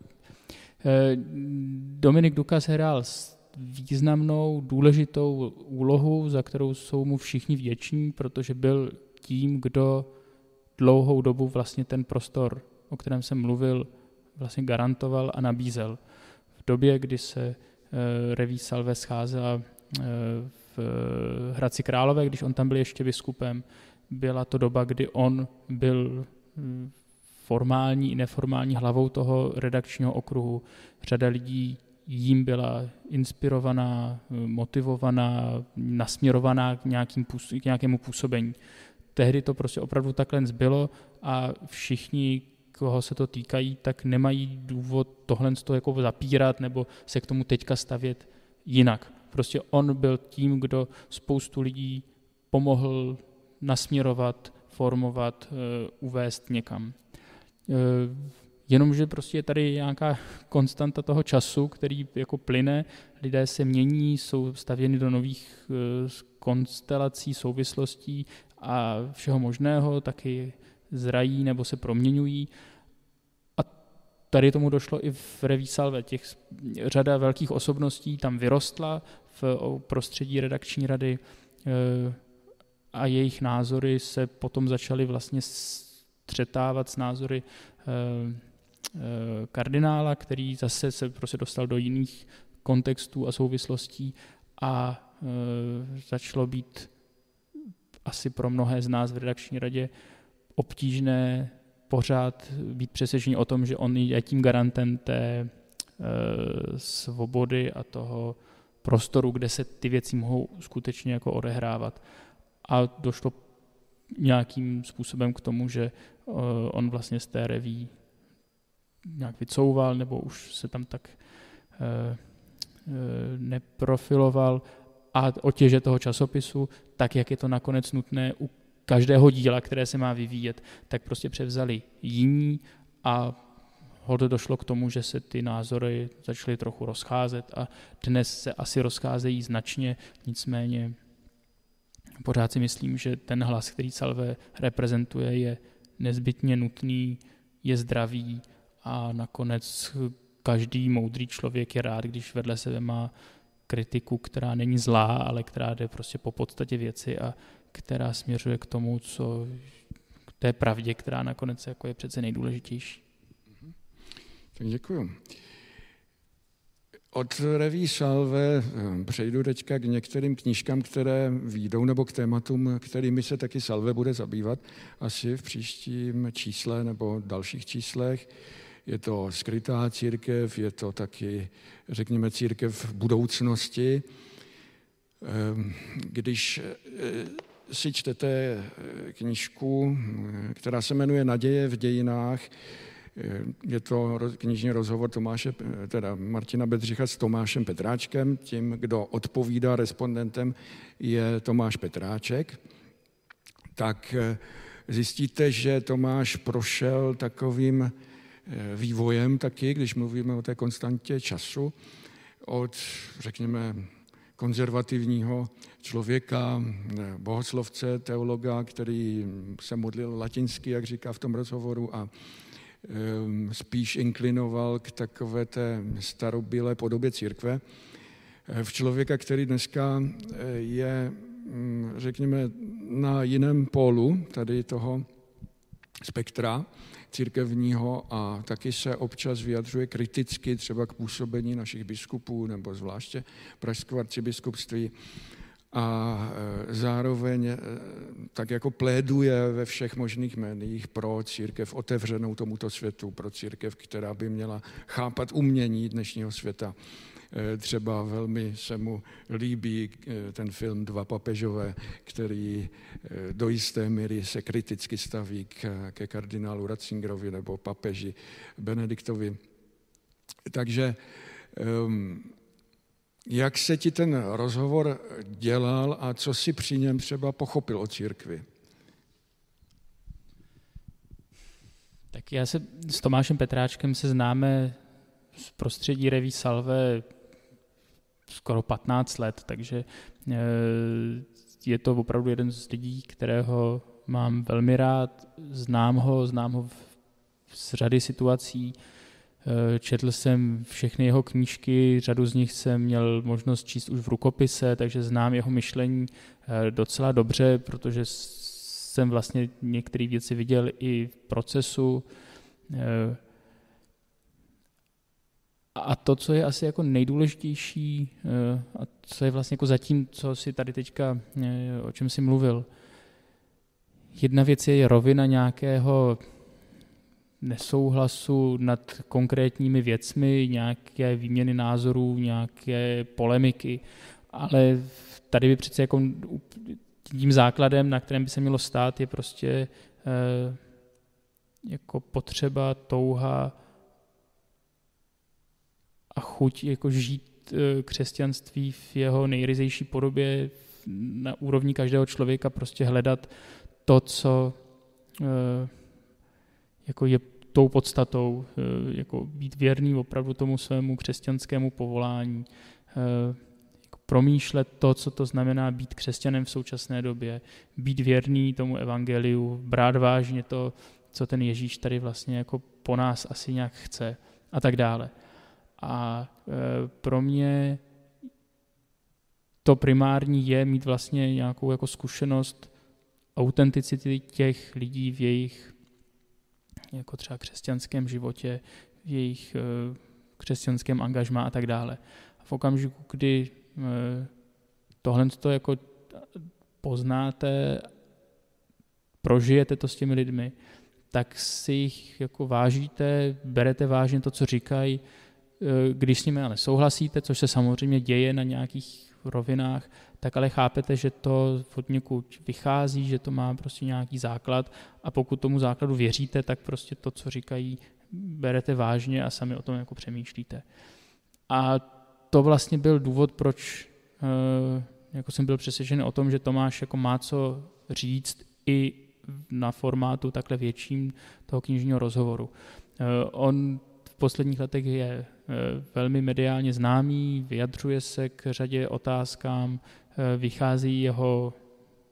Dominik Duka hrál významnou, důležitou úlohu, za kterou jsou mu všichni vděční, protože byl tím, kdo dlouhou dobu vlastně ten prostor, o kterém jsem mluvil, vlastně garantoval a nabízel. V době, kdy se Reví Salve scházela v Hradci Králové, když on tam byl ještě biskupem, byla to doba, kdy on byl formální i neformální hlavou toho redakčního okruhu. Řada lidí jím byla inspirovaná, motivovaná, nasměrovaná k nějakému působení. Tehdy to prostě opravdu takhle bylo a všichni, koho se to týkají, tak nemají důvod tohle jako zapírat nebo se k tomu teďka stavět jinak. Prostě on byl tím, kdo spoustu lidí pomohl nasměrovat, formovat, uvést někam. Jenomže prostě je tady nějaká konstanta toho času, který jako plyne, lidé se mění, jsou stavěni do nových konstelací, souvislostí a všeho možného, taky zrají nebo se proměňují. A tady tomu došlo i v Reví Salve. Řada velkých osobností tam vyrostla v prostředí redakční rady a jejich názory se potom začaly vlastně střetávat s názory kardinála, který zase se prostě dostal do jiných kontextů a souvislostí a začalo být asi pro mnohé z nás v redakční radě obtížné pořád být přesvědčení o tom, že on je tím garantem té svobody a toho prostoru, kde se ty věci mohou skutečně jako odehrávat. A došlo nějakým způsobem k tomu, že on vlastně z té reví nějak vycouval, nebo už se tam tak neprofiloval a otěže toho časopisu, tak jak je to nakonec nutné u každého díla, které se má vyvíjet, tak prostě převzali jiní a hodně došlo k tomu, že se ty názory začaly trochu rozcházet a dnes se asi rozcházejí značně, nicméně pořád si myslím, že ten hlas, který Salve reprezentuje, je nezbytně nutný je zdravý a nakonec každý moudrý člověk je rád, když vedle sebe má kritiku, která není zlá, ale která jde prostě po podstatě věci a která směřuje k tomu, k té pravdě, která nakonec jako je přece nejdůležitější. Tak děkuju. Od Reví Salve přejdu teďka k některým knížkám, které výjdou, nebo k tématům, kterými se taky Salve bude zabývat asi v příštím čísle nebo dalších číslech. Je to Skrytá církev, je to taky, řekněme, církev v budoucnosti. Když si čtete knížku, která se jmenuje Naděje v dějinách, je to knižní rozhovor Martina Bedřicha s Tomášem Petráčkem. Tím, kdo odpovídá respondentem, je Tomáš Petráček. Tak zjistíte, že Tomáš prošel takovým vývojem taky, když mluvíme o té konstantě času, od, řekněme, konzervativního člověka, bohoslovce, teologa, který se modlil latinsky, jak říká v tom rozhovoru, a spíš inklinoval k takové té starobylé podobě církve, v člověka, který dneska je, řekněme, na jiném pólu tady toho spektra církevního a taky se občas vyjadřuje kriticky třeba k působení našich biskupů nebo zvláště pražského arcibiskupství a zároveň tak jako pléduje ve všech možných médiích pro církev otevřenou tomuto světu, pro církev, která by měla chápat umění dnešního světa. Třeba velmi se mu líbí ten film Dva papežové, který do jisté míry se kriticky staví ke kardinálu Ratzingerovi nebo papeži Benediktovi. Takže jak se ti ten rozhovor dělal a co si při něm třeba pochopil o církvi? Tak já se s Tomášem Petráčkem se známe z prostředí Reví Salve skoro 15 let, takže je to opravdu jeden z lidí, kterého mám velmi rád, znám ho z řady situací, četl jsem všechny jeho knížky, řadu z nich jsem měl možnost číst už v rukopise, takže znám jeho myšlení docela dobře, protože jsem vlastně některé věci viděl i v procesu. A to, co je asi jako nejdůležitější a co je vlastně jako zatím, co si tady teďka, o čem jsi mluvil. Jedna věc je rovina nějakého nesouhlasu nad konkrétními věcmi, nějaké výměny názorů, nějaké polemiky, ale tady by přece jako tím základem, na kterém by se mělo stát, je prostě jako potřeba, touha a chuť jako žít křesťanství v jeho nejryzejší podobě na úrovni každého člověka, prostě hledat to, co jako je tou podstatou, jako být věrný opravdu tomu svému křesťanskému povolání, jako promýšlet to, co to znamená být křesťanem v současné době, být věrný tomu evangeliu, brát vážně to, co ten Ježíš tady vlastně jako po nás asi nějak chce a tak dále. A pro mě to primární je mít vlastně nějakou jako zkušenost autenticity těch lidí v jejich jako třeba křesťanském životě, v jejich křesťanském angažmá a tak dále. A v okamžiku, kdy tohle to jako poznáte, prožijete to s těmi lidmi, tak si jich jako vážíte, berete vážně to, co říkají. Když s nimi ale souhlasíte, což se samozřejmě děje na nějakých rovinách, tak ale chápete, že to od někud vychází, že to má prostě nějaký základ a pokud tomu základu věříte, tak prostě to, co říkají, berete vážně a sami o tom jako přemýšlíte. A to vlastně byl důvod, proč jako jsem byl přesvědčen o tom, že Tomáš jako má co říct i na formátu takhle větším toho knižního rozhovoru. On v posledních letech je velmi mediálně známý, vyjadřuje se k řadě otázkám, vychází jeho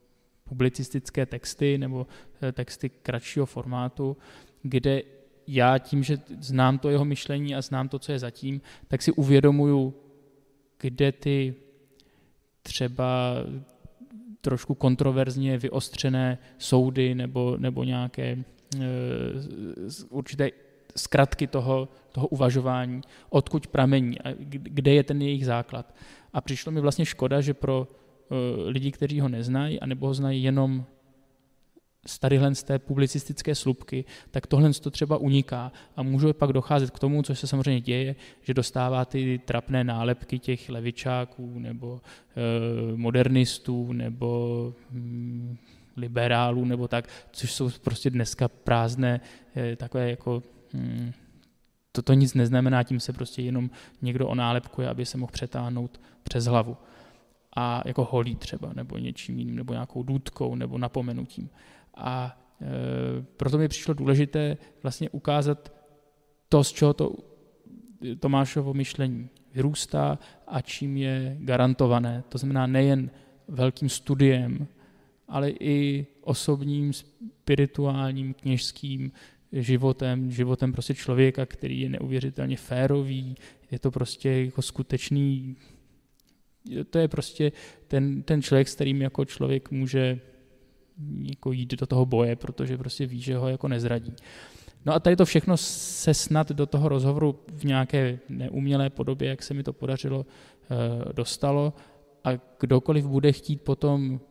publicistické texty nebo texty kratšího formátu, kde já tím, že znám to jeho myšlení a znám to, co je zatím, tak si uvědomuju, kde ty třeba trošku kontroverzně vyostřené soudy nebo nějaké určité zkratky toho uvažování, odkud pramení a kde je ten jejich základ. A přišlo mi vlastně škoda, že pro lidi, kteří ho neznají, anebo ho znají jenom z tadyhle z té publicistické slupky, tak tohle to třeba uniká a může pak docházet k tomu, což se samozřejmě děje, že dostává ty trapné nálepky těch levičáků nebo modernistů nebo liberálů nebo tak, což jsou prostě dneska prázdné takové jako to nic neznamená, tím se prostě jenom někdo onálepkuje, aby se mohl přetáhnout přes hlavu. A jako holí třeba, nebo něčím jiným, nebo nějakou důtkou, nebo napomenutím. A proto mi přišlo důležité vlastně ukázat to, z čeho to Tomášovo myšlení vyrůstá a čím je garantované. To znamená nejen velkým studiem, ale i osobním, spirituálním, kněžským životem prostě člověka, který je neuvěřitelně férový, je to prostě jako skutečný, to je prostě ten člověk, s kterým jako člověk může jako jít do toho boje, protože prostě ví, že ho jako nezradí. No a tady to všechno se snad do toho rozhovoru v nějaké neumělé podobě, jak se mi to podařilo, dostalo a kdokoliv bude chtít potom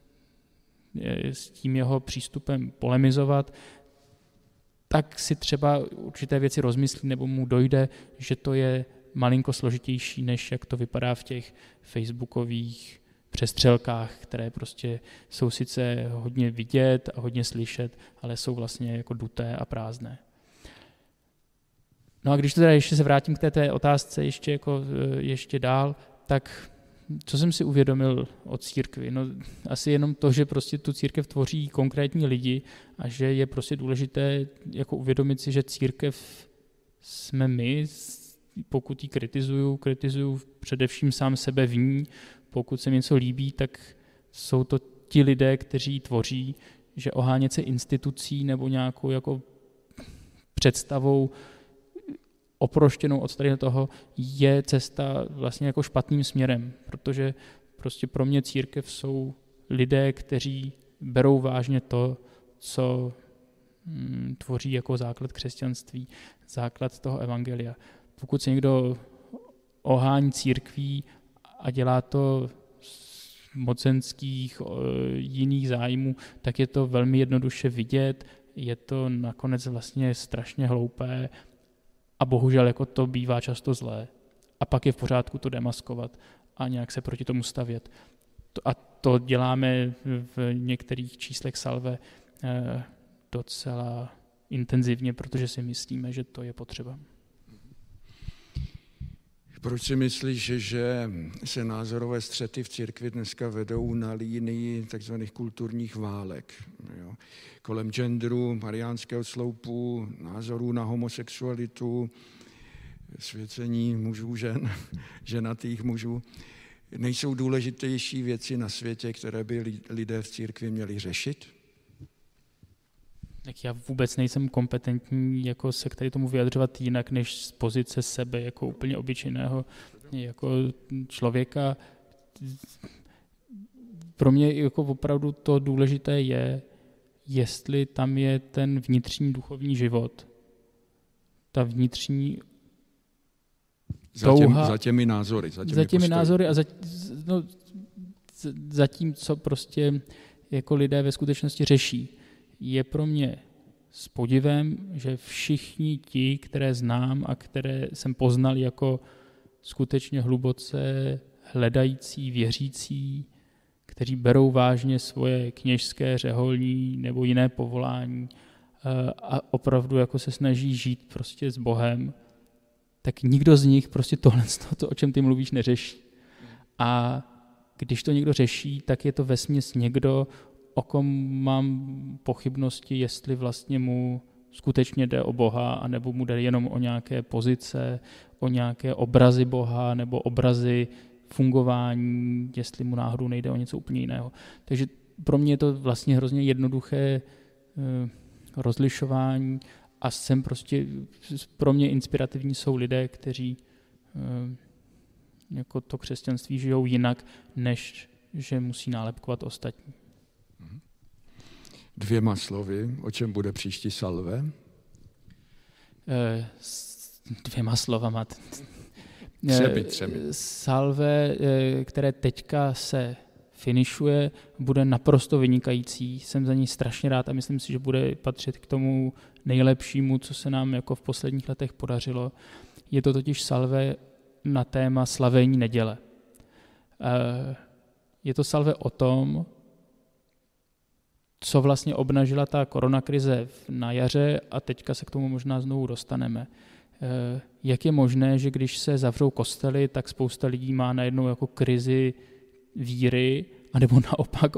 s tím jeho přístupem polemizovat, tak si třeba určité věci rozmyslí nebo mu dojde, že to je malinko složitější, než jak to vypadá v těch facebookových přestřelkách, které prostě jsou sice hodně vidět a hodně slyšet, ale jsou vlastně jako duté a prázdné. No a když to teda ještě se vrátím k té otázce ještě dál, tak co jsem si uvědomil o církvi? No asi jenom to, že prostě tu církev tvoří konkrétní lidi a že je prostě důležité jako uvědomit si, že církev jsme my, pokud ji kritizuju především sám sebe v ní, pokud se mi něco líbí, tak jsou to ti lidé, kteří tvoří, že ohánět se institucí nebo nějakou jako představou oproštěnou od tady toho je cesta vlastně jako špatným směrem, protože prostě pro mě církev jsou lidé, kteří berou vážně to, co tvoří jako základ křesťanství, základ toho evangelia. Pokud se někdo ohání církví a dělá to z mocenských jiných zájmů, tak je to velmi jednoduše vidět, je to nakonec vlastně strašně hloupé a bohužel jako to bývá často zlé. A pak je v pořádku to demaskovat a nějak se proti tomu stavět. A to děláme v některých číslech Salve docela intenzivně, protože si myslíme, že to je potřeba. Proč si myslíš, že se názorové střety v církvi dneska vedou na línii takzvaných kulturních válek? Jo? Kolem genderu, mariánského sloupu, názorů na homosexualitu, svěcení mužů, žen, ženatých mužů. Nejsou důležitější věci na světě, které by lidé v církvi měli řešit? Tak já vůbec nejsem kompetentní jako se k tady tomu vyjadřovat jinak, než z pozice sebe jako úplně obyčejného jako člověka. Pro mě jako opravdu to důležité je, jestli tam je ten vnitřní duchovní život, ta vnitřní touha. Za těmi názory. A za tím, co prostě jako lidé ve skutečnosti řeší. Je pro mě s podivem, že všichni ti, které znám a které jsem poznal jako skutečně hluboce hledající, věřící, kteří berou vážně svoje kněžské, řeholní nebo jiné povolání a opravdu jako se snaží žít prostě s Bohem, tak nikdo z nich prostě tohle, o čem ty mluvíš, neřeší. A když to někdo řeší, tak je to vesměs někdo, o kom mám pochybnosti, jestli vlastně mu skutečně jde o Boha, anebo mu jde jenom o nějaké pozice, o nějaké obrazy Boha, nebo obrazy fungování, jestli mu náhodou nejde o něco úplně jiného. Takže pro mě je to vlastně hrozně jednoduché rozlišování a jsem prostě, pro mě inspirativní jsou lidé, kteří jako to křesťanství žijou jinak, než že musí nálepkovat ostatní. 2 slovy, o čem bude příští salve? 2 slovama. Třemi. Salve, které teďka se finišuje, bude naprosto vynikající. Jsem za ní strašně rád a myslím si, že bude patřit k tomu nejlepšímu, co se nám jako v posledních letech podařilo. Je to totiž salve na téma slavení neděle. Je to salve o tom, co vlastně obnažila ta koronakrize na jaře a teďka se k tomu možná znovu dostaneme. Jak je možné, že když se zavřou kostely, tak spousta lidí má najednou jako krizi víry, anebo naopak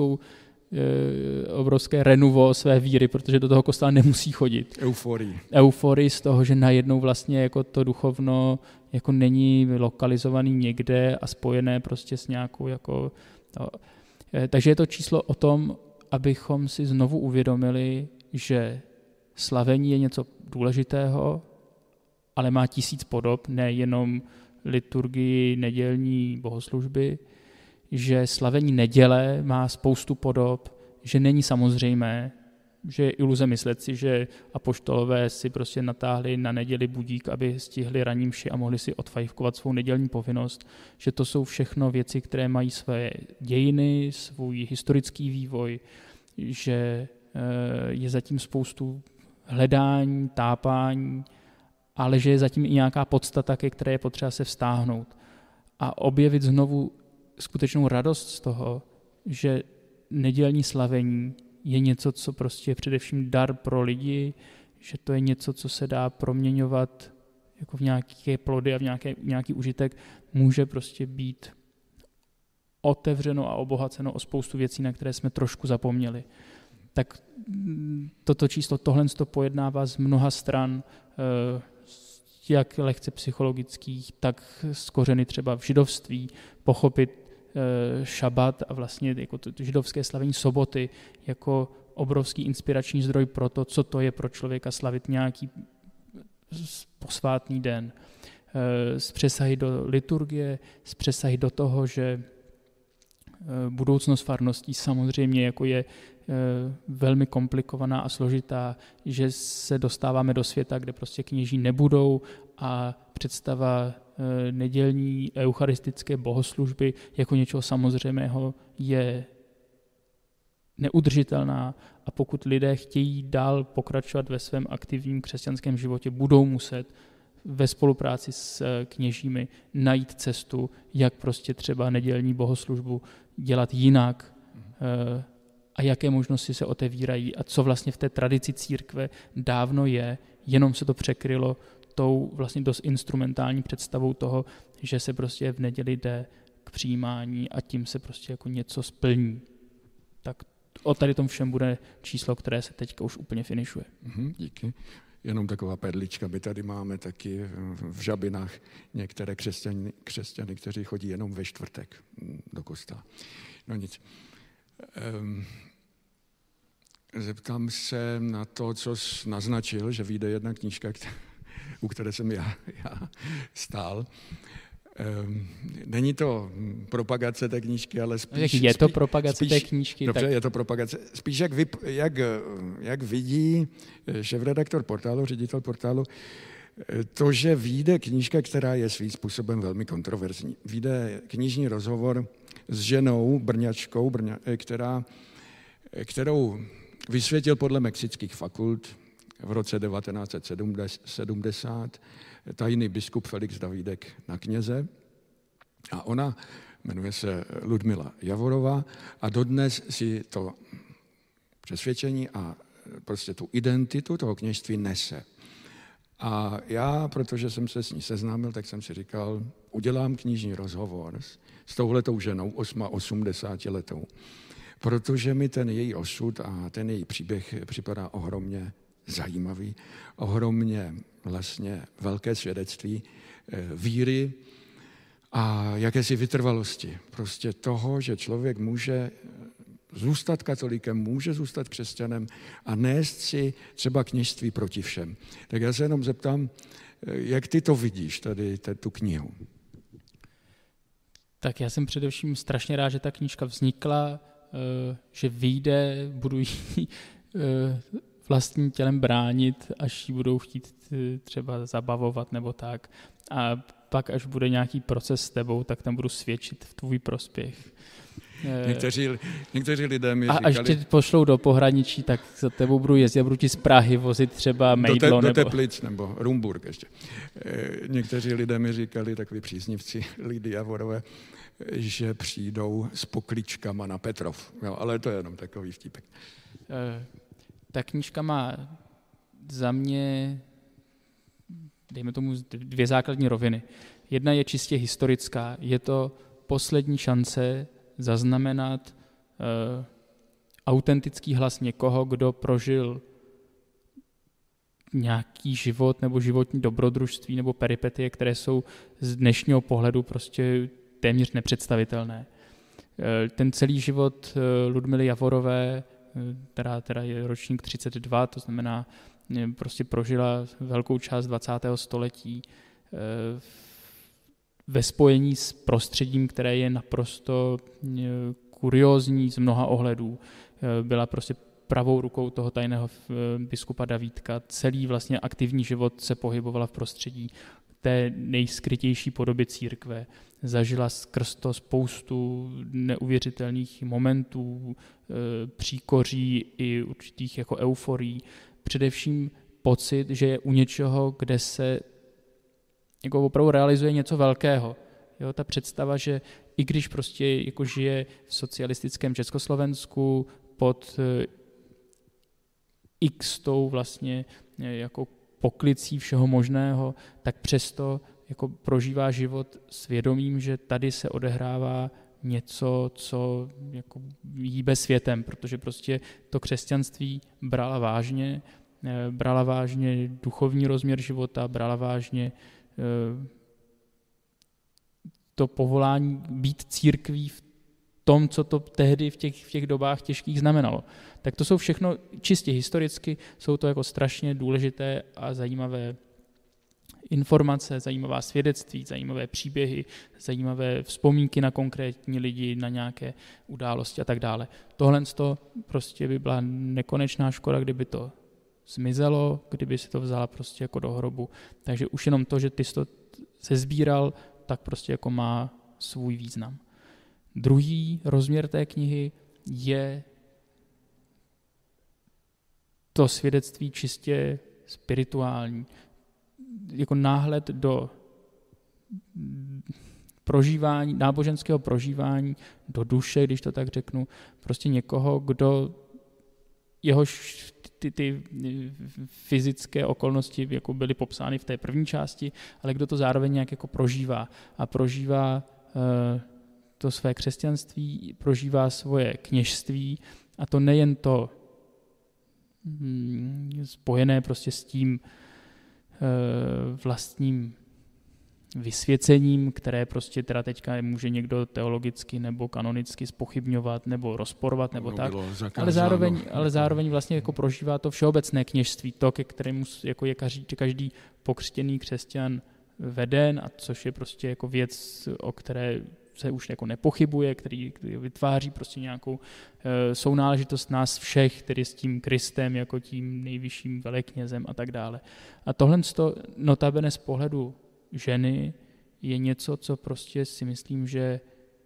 obrovské renuvo své víry, protože do toho kostela nemusí chodit. Euforii z toho, že najednou vlastně jako to duchovno jako není lokalizovaný někde a spojené prostě s nějakou jako... Takže je to číslo o tom, abychom si znovu uvědomili, že slavení je něco důležitého, ale má 1000 podob, nejenom liturgii, nedělní bohoslužby, že slavení neděle má spoustu podob, že není samozřejmé, že je iluze myslet si, že apoštolové si prostě natáhli na neděli budík, aby stihli ranní mši a mohli si odfajfkovat svou nedělní povinnost, že to jsou všechno věci, které mají své dějiny, svůj historický vývoj, že je zatím spoustu hledání, tápání, ale že je zatím i nějaká podstata, ke které je potřeba se vztáhnout. A objevit znovu skutečnou radost z toho, že nedělní slavení je něco, co prostě je především dar pro lidi, že to je něco, co se dá proměňovat jako v nějaké plody a v nějaký užitek, může prostě být otevřeno a obohaceno o spoustu věcí, na které jsme trošku zapomněli. Tak toto číslo, tohle to pojednává z mnoha stran, jak lehce psychologických, tak z kořeny třeba v židovství, pochopit šabat a vlastně jako to židovské slavení soboty jako obrovský inspirační zdroj pro to, co to je pro člověka slavit nějaký posvátný den. Z přesahy do liturgie, z přesahy do toho, že budoucnost farností samozřejmě jako je velmi komplikovaná a složitá, že se dostáváme do světa, kde prostě kněží nebudou a představa nedělní eucharistické bohoslužby jako něčeho samozřejmého je neudržitelná a pokud lidé chtějí dál pokračovat ve svém aktivním křesťanském životě, budou muset ve spolupráci s kněžími najít cestu, jak prostě třeba nedělní bohoslužbu dělat jinak a jaké možnosti se otevírají a co vlastně v té tradici církve dávno je, jenom se to překrylo tou vlastně dost instrumentální představou toho, že se prostě v neděli jde k přijímání a tím se prostě jako něco splní. Tak o tady tom všem bude číslo, které se teďka už úplně finišuje. Díky. Jenom taková perlička, my tady máme taky v Žabinách některé křesťany, kteří chodí jenom ve čtvrtek do kostela. No nic. Zeptám se na to, co jsi naznačil, že vyjde jedna knížka, u které jsem já stál. Není to propagace té knížky, ale spíš... Je to propagace té knížky. Dobře, tak... je to propagace. Spíš jak vidí šéfredaktor portálu, ředitel portálu, to, že vyjde knížka, která je svým způsobem velmi kontroverzní. Vyjde knižní rozhovor s ženou, Brňačkou, kterou vysvětil podle mexických fakult v roce 1970 tajný biskup Felix Davídek na kněze. A ona jmenuje se Ludmila Javorová a dodnes si to přesvědčení a prostě tu identitu toho kněžství nese. A já, protože jsem se s ní seznámil, tak jsem si říkal, udělám knižní rozhovor s touhletou ženou, 80letou, protože mi ten její osud a ten její příběh připadá ohromně zajímavý, ohromně vlastně velké svědectví víry a jakési vytrvalosti. Prostě toho, že člověk může zůstat katolíkem, může zůstat křesťanem a nést si třeba kněžství proti všem. Tak já se jenom zeptám, jak ty to vidíš, tady tu knihu? Tak já jsem především strašně rád, že ta knížka vznikla, že vyjde, budu ji vlastním tělem bránit, až ji budou chtít třeba zabavovat nebo tak. A pak, až bude nějaký proces s tebou, tak tam budu svědčit v tvůj prospěch. Někteří lidé mi říkali... A až tě pošlou do pohraničí, tak za tebou budu jezdit a budu ti z Prahy vozit třeba mejdlo. Do Teplic nebo Rumburk ještě. Někteří lidé mi říkali, takový příznivci Lidy Javorové, že přijdou s pokličkama na Petrov. Jo, ale to je jenom takový vtípek. Ta knížka má za mě, dejme tomu, 2 základní roviny. Jedna je čistě historická. Je to poslední šance zaznamenat autentický hlas někoho, kdo prožil nějaký život nebo životní dobrodružství nebo peripetie, které jsou z dnešního pohledu prostě téměř nepředstavitelné. Ten celý život Ludmily Javorové, která je ročník 32, to znamená, prostě prožila velkou část 20. století ve spojení s prostředím, které je naprosto kuriózní z mnoha ohledů. Byla prostě pravou rukou toho tajného biskupa Davídka. Celý vlastně aktivní život se pohybovala v prostředí té nejskrytější podoby církve. Zažila skrz to spoustu neuvěřitelných momentů, příkoří i určitých jako euforií. Především pocit, že je u něčeho, kde se jako opravdu realizuje něco velkého. Jo, ta představa, že i když prostě jako žije v socialistickém Československu pod x tou vlastně jako poklicí všeho možného, tak přesto jako prožívá život s vědomím, že tady se odehrává něco, co jako hýbe světem, protože prostě to křesťanství brala vážně duchovní rozměr života, brala vážně to povolání být církví v tom, co to tehdy v těch dobách těžkých znamenalo. Tak to jsou všechno čistě historicky, jsou to jako strašně důležité a zajímavé informace, zajímavá svědectví, zajímavé příběhy, zajímavé vzpomínky na konkrétní lidi, na nějaké události a tak dále. Tohle prostě by byla nekonečná škoda, kdyby to zmizelo, kdyby si to vzala prostě jako do hrobu. Takže už jenom to, že ty jsi to sesbíral, tak prostě jako má svůj význam. Druhý rozměr té knihy je to svědectví čistě spirituální. Jako náhled do prožívání, náboženského prožívání, do duše, když to tak řeknu, prostě někoho, kdo jehož ty fyzické okolnosti jako byly popsány v té první části, ale kdo to zároveň nějak jako prožívá. A prožívá to své křesťanství, prožívá svoje kněžství a to nejen to spojené prostě s tím vlastním vysvěcením, které prostě teda teďka může někdo teologicky nebo kanonicky zpochybňovat nebo rozporovat nebo tak, ale zároveň vlastně jako prožívá to všeobecné kněžství, to, ke kterému jako je každý pokřtěný křesťan veden, a což je prostě jako věc, o které se už jako nepochybuje, který vytváří prostě nějakou sounáležitost nás všech, tedy s tím Kristem jako tím nejvyšším veleknězem a tak dále. A tohle notabene z pohledu ženy je něco, co prostě si myslím, že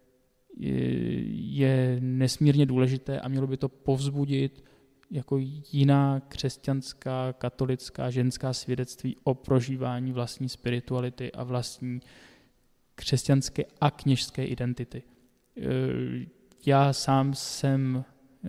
je nesmírně důležité a mělo by to povzbudit jako jiná křesťanská, katolická, ženská svědectví o prožívání vlastní spirituality a vlastní křesťanské a kněžské identity. Já sám jsem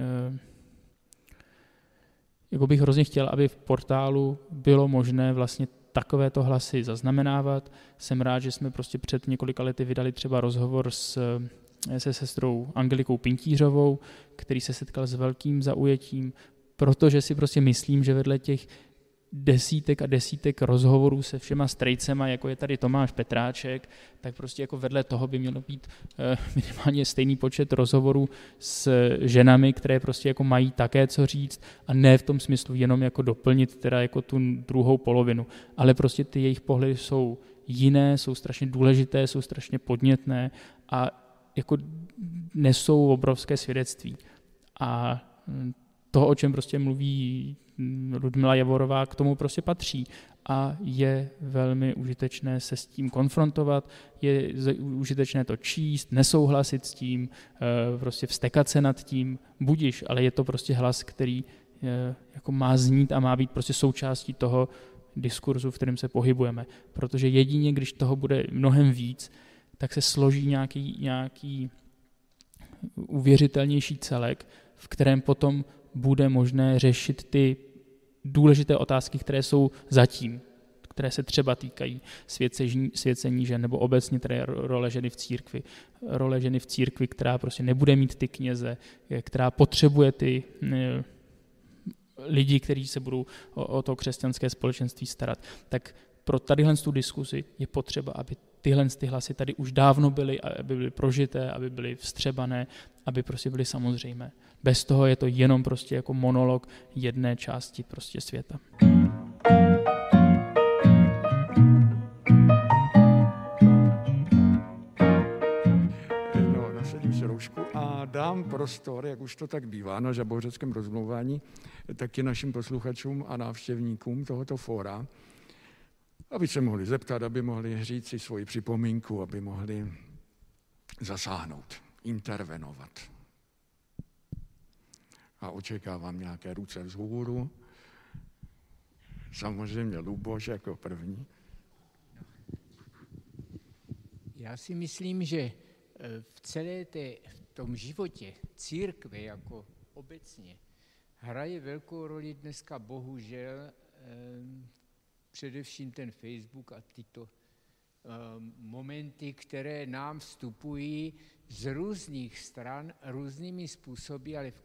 jako bych hrozně chtěl, aby v portálu bylo možné vlastně takovéto hlasy zaznamenávat. Jsem rád, že jsme prostě před několika lety vydali třeba rozhovor se sestrou Angelikou Pintířovou, který se setkal s velkým zaujetím, protože si prostě myslím, že vedle těch desítek a desítek rozhovorů se všema strejcema, jako je tady Tomáš Petráček, tak prostě jako vedle toho by mělo být minimálně stejný počet rozhovorů s ženami, které prostě jako mají také co říct a ne v tom smyslu jenom jako doplnit teda jako tu druhou polovinu, ale prostě ty jejich pohledy jsou jiné, jsou strašně důležité, jsou strašně podnětné a jako nesou obrovské svědectví. A to, o čem prostě mluví Ludmila Javorová, k tomu prostě patří a je velmi užitečné se s tím konfrontovat, je užitečné to číst, nesouhlasit s tím, prostě vztekat se nad tím, budiš, ale je to prostě hlas, který jako má znít a má být prostě součástí toho diskurzu, v kterém se pohybujeme, protože jedině, když toho bude mnohem víc, tak se složí nějaký uvěřitelnější celek, v kterém potom bude možné řešit ty důležité otázky, které jsou zatím, které se třeba týkají svěcení žen nebo obecně tedy role ženy v církvi. Role ženy v církvi, která prostě nebude mít ty kněze, která potřebuje ty lidi, kteří se budou o to křesťanské společenství starat. Tak pro tadyhle tu diskuzi je potřeba, aby tyhle hlasy tady už dávno byly, aby byly prožité, aby byly vstřebané, aby prostě byly samozřejmé. Bez toho je to jenom prostě jako monolog jedné části prostě světa. No, nasadím si roušku a dám prostor, jak už to tak bývá na žabořeckém rozmlouvání, taky našim posluchačům a návštěvníkům tohoto fóra, aby se mohli zeptat, aby mohli říct si svoji připomínku, aby mohli zasáhnout, intervenovat. A očekávám nějaké ruce vzhůru. Samozřejmě Luboš jako první. Já si myslím, že v tom životě církve jako obecně hraje velkou roli dneska bohužel především ten Facebook a tyto momenty, které nám vstupují z různých stran, různými způsoby, ale v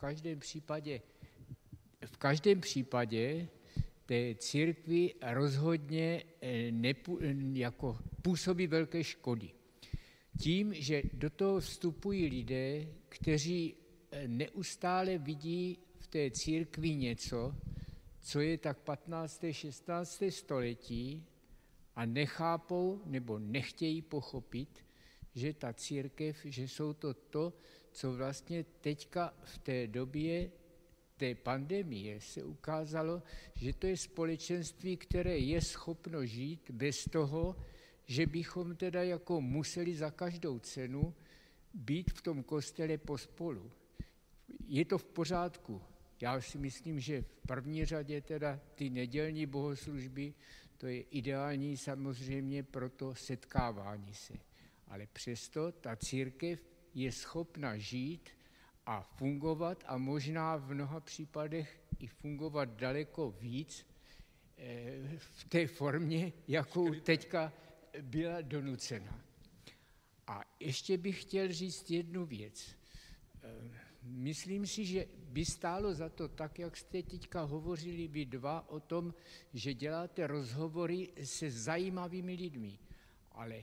každém případě té církvi rozhodně jako působí velké škody. Tím, že do toho vstupují lidé, kteří neustále vidí v té církvi něco, co je tak 15. 16. století a nechápou nebo nechtějí pochopit, že ta církev, že jsou to, co vlastně teďka v té době té pandemie se ukázalo, že to je společenství, které je schopno žít bez toho, že bychom teda jako museli za každou cenu být v tom kostele pospolu. Je to v pořádku. Já si myslím, že v první řadě teda ty nedělní bohoslužby, to je ideální samozřejmě pro to setkávání se. Ale přesto ta církev je schopna žít a fungovat a možná v mnoha případech i fungovat daleko víc v té formě, jakou teďka byla donucena. A ještě bych chtěl říct jednu věc. Myslím si, že by stálo za to, tak jak jste teďka hovořili vy dva o tom, že děláte rozhovory se zajímavými lidmi, ale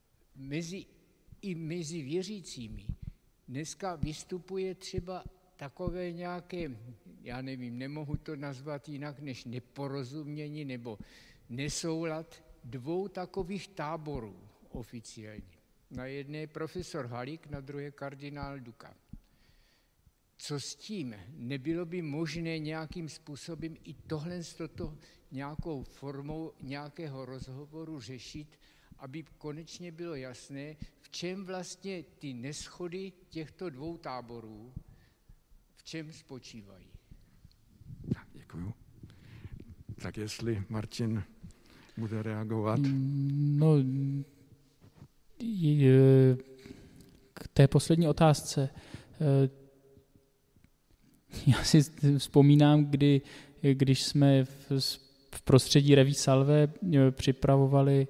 mezi věřícími dneska vystupuje třeba takové nějaké, já nevím, nemohu to nazvat jinak než neporozumění nebo nesoulad dvou takových táborů oficiálně. Na jedné je profesor Halík, na druhé kardinál Duka. Co s tím? Nebylo by možné nějakým způsobem i tohle nějakou formou nějakého rozhovoru řešit, aby konečně bylo jasné, v čem vlastně ty neshody těchto dvou táborů, v čem spočívají. Děkuju. Tak jestli Martin bude reagovat. No, k té poslední otázce. Já si vzpomínám, když jsme v prostředí Reví Salve připravovali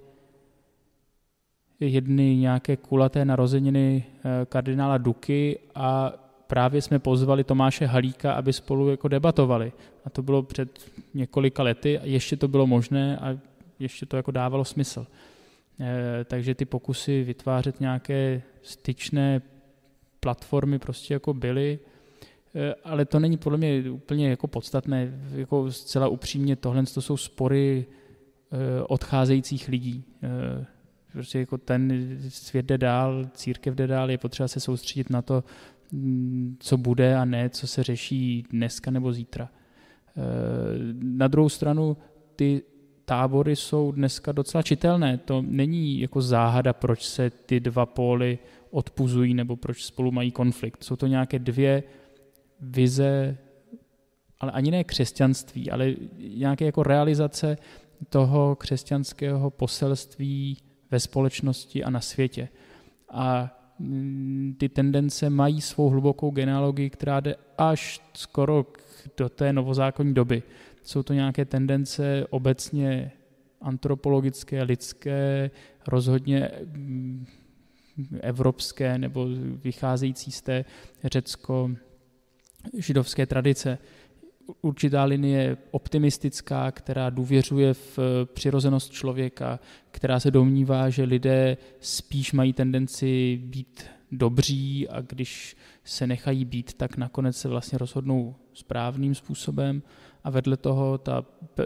jedny nějaké kulaté narozeniny kardinála Duky a právě jsme pozvali Tomáše Halíka, aby spolu jako debatovali. A to bylo před několika lety a ještě to bylo možné a ještě to jako dávalo smysl. Takže ty pokusy vytvářet nějaké styčné platformy prostě jako byly, ale to není podle mě úplně jako podstatné, jako zcela upřímně, tohle to jsou spory odcházejících lidí. Prostě jako ten svět jde dál, církev jde dál, je potřeba se soustředit na to, co bude a ne, co se řeší dneska nebo zítra. Na druhou stranu ty tábory jsou dneska docela čitelné. To není jako záhada, proč se ty dva póly odpuzují nebo proč spolu mají konflikt. Jsou to nějaké dvě vize, ale ani ne křesťanství, ale nějaké jako realizace toho křesťanského poselství ve společnosti a na světě. A ty tendence mají svou hlubokou genealogii, která jde až skoro do té novozákonní doby. Jsou to nějaké tendence obecně antropologické, lidské, rozhodně evropské nebo vycházející z té řecko-židovské tradice. Určitá linie optimistická, která důvěřuje v přirozenost člověka, která se domnívá, že lidé spíš mají tendenci být dobří a když se nechají být, tak nakonec se vlastně rozhodnou správným způsobem. A vedle toho ta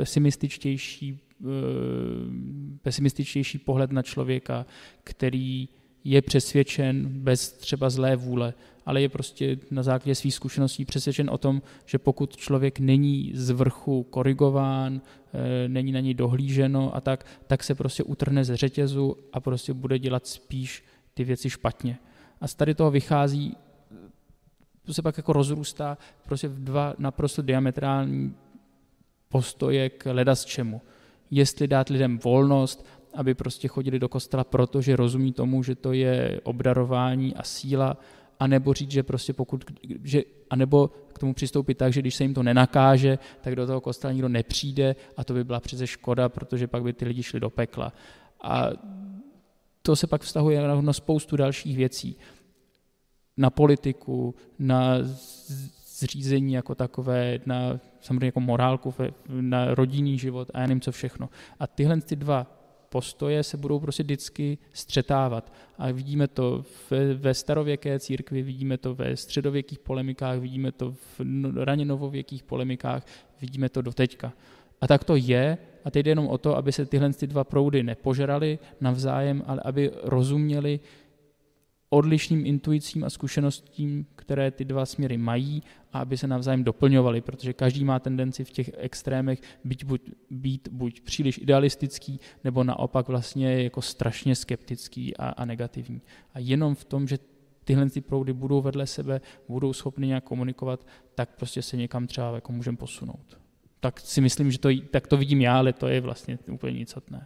pesimističtější pohled na člověka, který je přesvědčen bez třeba zlé vůle, ale je prostě na základě svých zkušeností přesvědčen o tom, že pokud člověk není z vrchu korigován, není na něj dohlíženo a tak se prostě utrhne ze řetězu a prostě bude dělat spíš ty věci špatně. A z tady toho vychází, to se pak jako rozrůstá prostě v dva naprosto diametrální postoje k ledasčemu. Jestli dát lidem volnost, aby prostě chodili do kostela, protože rozumí tomu, že to je obdarování a síla, anebo říct, že prostě anebo k tomu přistoupit tak, že když se jim to nenakáže, tak do toho kostela nikdo nepřijde a to by byla přece škoda, protože pak by ty lidi šli do pekla. A to se pak vztahuje na spoustu dalších věcí. Na politiku, na zřízení jako takové, na samozřejmě jako morálku, na rodinný život a já nevím co všechno. A tyhle ty dva postoje se budou prostě vždycky střetávat. A vidíme to ve starověké církvi, vidíme to ve středověkých polemikách, vidíme to v raně novověkých polemikách, vidíme to doteďka. A tak to je, a teď jde jenom o to, aby se tyhle ty dva proudy nepožraly navzájem, ale aby rozuměli odlišným intuicím a zkušenostím, které ty dva směry mají a aby se navzájem doplňovali, protože každý má tendenci v těch extrémech být buď příliš idealistický, nebo naopak vlastně jako strašně skeptický a negativní. A jenom v tom, že tyhle ty proudy budou vedle sebe, budou schopny nějak komunikovat, tak prostě se někam třeba jako můžeme posunout. Tak si myslím, že tak to vidím já, ale to je vlastně úplně nicotné.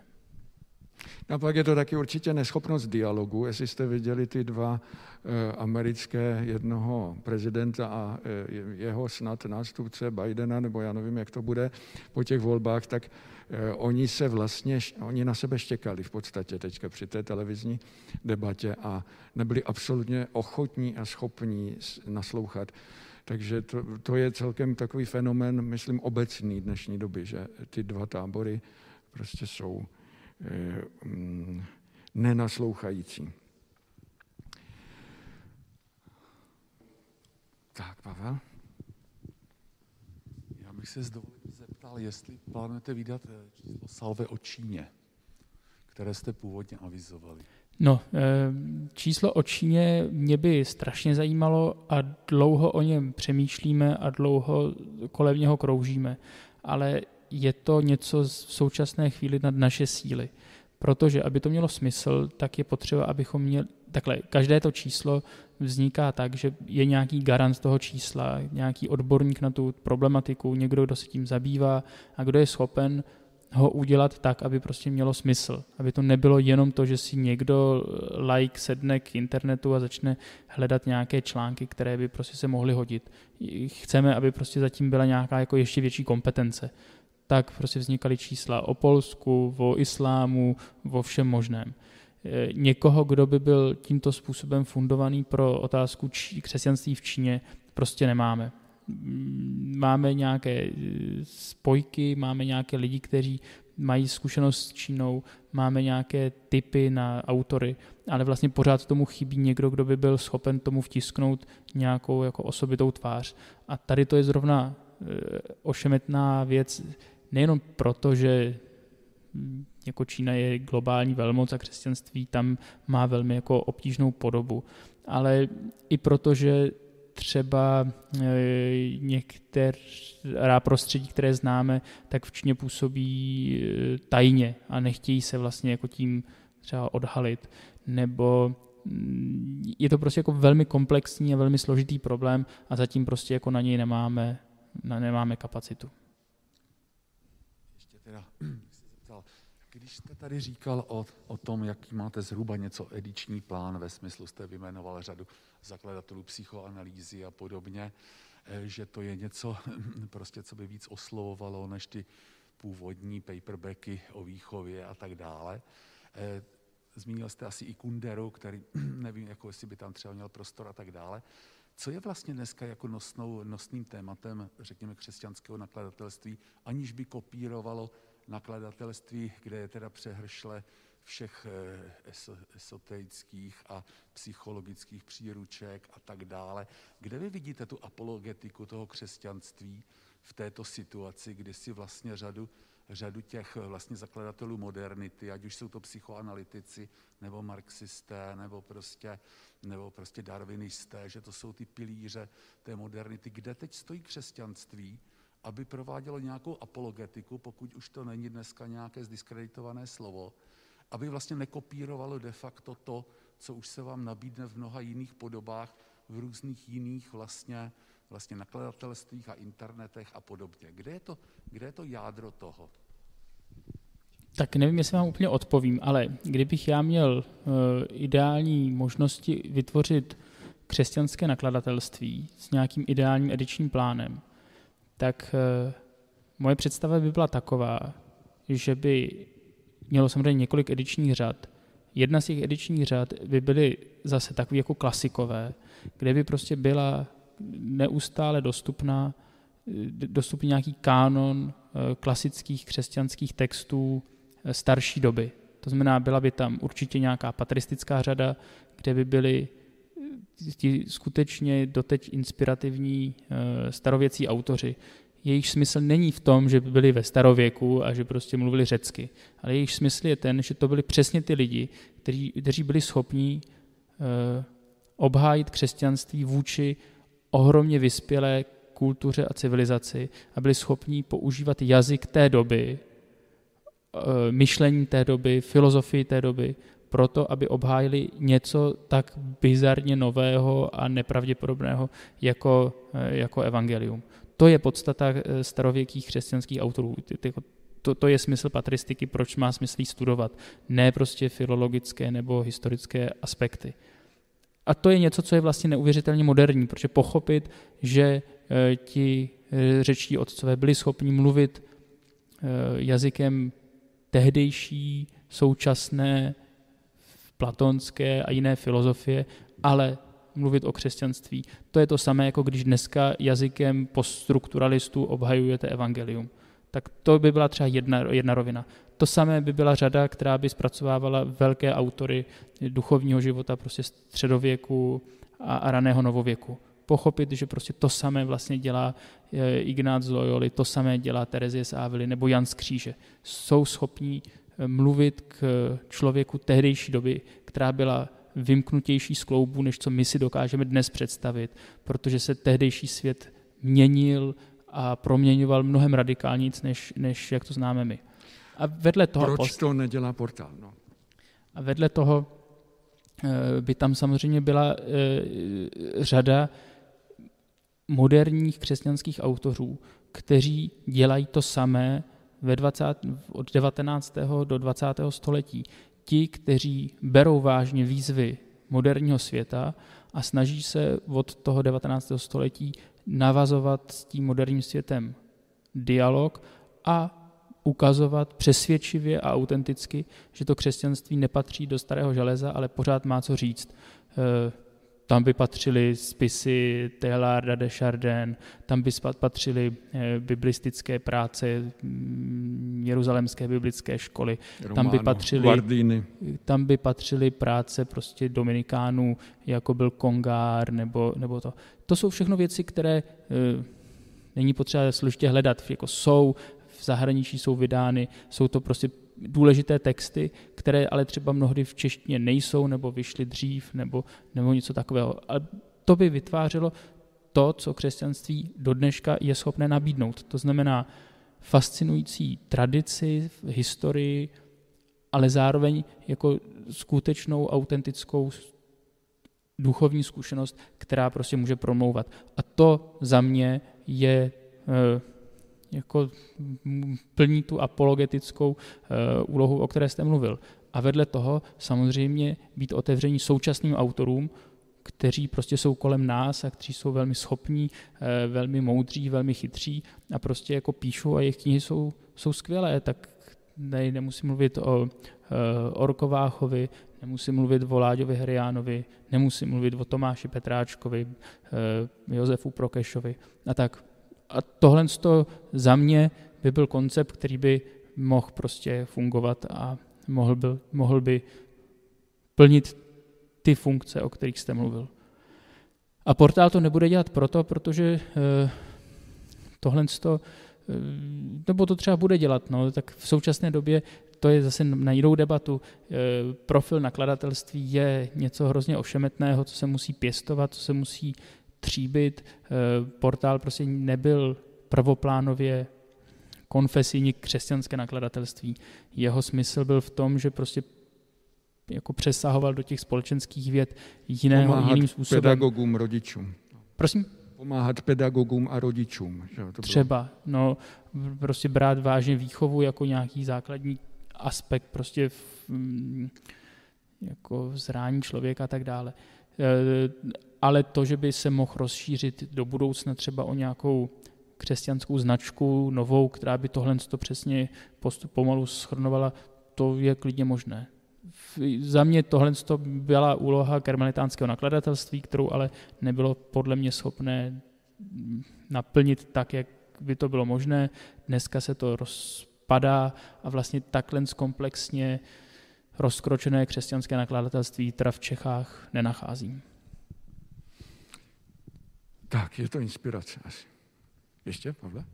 A pak je to taky určitě neschopnost dialogu. Jestli jste viděli ty dva americké, jednoho prezidenta a jeho snad nástupce Bidena, nebo já nevím, jak to bude po těch volbách, tak oni na sebe štěkali v podstatě teďka při té televizní debatě a nebyli absolutně ochotní a schopní naslouchat. Takže to je celkem takový fenomén, myslím, obecný dnešní doby, že ty dva tábory prostě jsou nenaslouchající. Tak, Pavel? Já bych se s dovolením zeptal, jestli plánujete vydat číslo Salve o Číně, které jste původně avizovali. No, číslo o Číně mě by strašně zajímalo a dlouho o něm přemýšlíme a dlouho kolem něho kroužíme, ale je to něco v současné chvíli nad naše síly. Protože, aby to mělo smysl, tak je potřeba, abychom měli... Takhle, každé to číslo vzniká tak, že je nějaký garant toho čísla, nějaký odborník na tu problematiku, někdo, kdo se tím zabývá a kdo je schopen ho udělat tak, aby prostě mělo smysl. Aby to nebylo jenom to, že si někdo sedne k internetu a začne hledat nějaké články, které by prostě se mohly hodit. Chceme, aby prostě zatím byla nějaká jako ještě větší kompetence. Tak prostě vznikaly čísla o Polsku, o islámu, o všem možném. Někoho, kdo by byl tímto způsobem fundovaný pro otázku křesťanství v Číně, prostě nemáme. Máme nějaké spojky, máme nějaké lidi, kteří mají zkušenost s Čínou, máme nějaké tipy na autory, ale vlastně pořád tomu chybí někdo, kdo by byl schopen tomu vtisknout nějakou jako osobitou tvář. A tady to je zrovna ošemetná věc, nejenom proto, že jako Čína je globální velmoc a křesťanství tam má velmi jako obtížnou podobu, ale i proto, že třeba některá prostředí, které známe, tak v Číně působí tajně a nechtějí se vlastně jako tím třeba odhalit, nebo je to prostě jako velmi komplexní a velmi složitý problém a zatím prostě jako na něj nemáme kapacitu. Ještě teda se zeptal, když jste tady říkal o tom, jaký máte zhruba něco ediční plán, ve smyslu jste vyjmenoval řadu zakladatelů psychoanalýzy a podobně, že to je něco, prostě, co by víc oslovovalo než ty původní paperbacky o výchově a tak dále. Zmínil jste asi i Kunderu, který nevím, jako jestli by tam třeba měl prostor a tak dále. Co je vlastně dneska jako nosným tématem, řekněme, křesťanského nakladatelství, aniž by kopírovalo nakladatelství, kde je teda přehršle všech esoterických a psychologických příruček a tak dále. Kde vy vidíte tu apologetiku toho křesťanství v této situaci, kdy si vlastně řadu těch vlastně zakladatelů modernity, ať už jsou to psychoanalytici, nebo marxisté, nebo prostě darwinisté, že to jsou ty pilíře té modernity, kde teď stojí křesťanství, aby provádělo nějakou apologetiku, pokud už to není dneska nějaké zdiskreditované slovo, aby vlastně nekopírovalo de facto to, co už se vám nabídne v mnoha jiných podobách, v různých jiných vlastně nakladatelstvích a internetech a podobně. Kde je to jádro toho? Tak nevím, jestli vám úplně odpovím, ale kdybych já měl ideální možnosti vytvořit křesťanské nakladatelství s nějakým ideálním edičním plánem, tak moje představa by byla taková, že by mělo samozřejmě několik edičních řad. Jedna z těch edičních řad by byly zase takové jako klasikové, kde by prostě byla neustále dostupný nějaký kánon klasických křesťanských textů starší doby. To znamená, byla by tam určitě nějaká patristická řada, kde by byly ti skutečně doteď inspirativní starověcí autoři. Jejich smysl není v tom, že by byli ve starověku a že prostě mluvili řecky, ale jejich smysl je ten, že to byli přesně ty lidi, kteří byli schopní obhájit křesťanství vůči ohromně vyspělé kultuře a civilizaci a byli schopní používat jazyk té doby, myšlení té doby, filozofii té doby, proto, aby obhájili něco tak bizarně nového a nepravděpodobného jako evangelium. To je podstata starověkých křesťanských autorů. To je smysl patristiky, proč má smysl jí studovat, ne prostě filologické nebo historické aspekty. A to je něco, co je vlastně neuvěřitelně moderní, protože pochopit, že ti řečtí otcové byli schopni mluvit jazykem tehdejší, současné, platonské a jiné filozofie, ale mluvit o křesťanství. To je to samé, jako když dneska jazykem poststrukturalistů obhajujete evangelium. Tak to by byla třeba jedna rovina. To samé by byla řada, která by zpracovávala velké autory duchovního života, prostě středověku a raného novověku. Pochopit, že prostě to samé vlastně dělá Ignác z Loyoly, to samé dělá Terezie z Ávily nebo Jan z Kříže. Jsou schopní mluvit k člověku tehdejší doby, která byla vymknutější z kloubů, než co my si dokážeme dnes představit, protože se tehdejší svět měnil a proměňoval mnohem radikálnějc, než jak to známe my. A vedle toho, proč to nedělá portál? No. A vedle toho by tam samozřejmě byla řada moderních křesťanských autorů, kteří dělají to samé od 19. do 20. století. Ti, kteří berou vážně výzvy moderního světa a snaží se od toho 19. století navazovat s tím moderním světem dialog a ukazovat přesvědčivě a autenticky, že to křesťanství nepatří do starého železa, ale pořád má co říct. Tam by patřily spisy Teilharda de Chardin, tam by patřily biblistické práce Jeruzalémské biblické školy, tam by patřily práce prostě dominikánů, jako byl Congar, nebo to. To jsou všechno věci, které není potřeba složitě hledat, jako jsou, v zahraničí jsou vydány, jsou to prostě důležité texty, které ale třeba mnohdy v češtině nejsou, nebo vyšly dřív, nebo něco takového. Ale to by vytvářelo to, co křesťanství do dneška je schopné nabídnout. To znamená fascinující tradici, historii, ale zároveň jako skutečnou, autentickou duchovní zkušenost, která prostě může promlouvat. A to za mě je jako plní tu apologetickou úlohu, o které jste mluvil. A vedle toho samozřejmě být otevření současným autorům, kteří prostě jsou kolem nás a kteří jsou velmi schopní, velmi moudří, velmi chytří a prostě jako píšou a jejich knihy jsou skvělé. Tak nemusím mluvit o Orkováchovi, nemusím mluvit o Láďovi Heriánovi, nemusím mluvit o Tomáši Petráčkovi, Josefu Prokešovi a tak. A tohle za mě by byl koncept, který by mohl prostě fungovat a mohl by plnit ty funkce, o kterých jste mluvil. A portál to nebude dělat protože nebo to třeba bude dělat, no, tak v současné době to je zase na jinou debatu. Profil nakladatelství je něco hrozně ošemetného, co se musí pěstovat, co se musí tříbit. Portál prostě nebyl prvoplánově konfesijní křesťanské nakladatelství. Jeho smysl byl v tom, že prostě jako přesahoval do těch společenských věd jiným způsobem. Pedagogům, rodičům. Prosím? Pomáhat pedagogům a rodičům. Že? To třeba, no, prostě brát vážně výchovu jako nějaký základní aspekt prostě jako zrání člověka a tak dále. Ale to, že by se mohl rozšířit do budoucna třeba o nějakou křesťanskou značku novou, která by tohle přesně pomalu shrnovala, to je klidně možné. Za mě tohle byla úloha karmelitánského nakladatelství, kterou ale nebylo podle mě schopné naplnit tak, jak by to bylo možné. Dneska se to rozpadá a vlastně takhle komplexně rozkročené křesťanské nakladatelství teda v Čechách nenacházím. Tak, je to inspirace asi. Ještě, Pavle?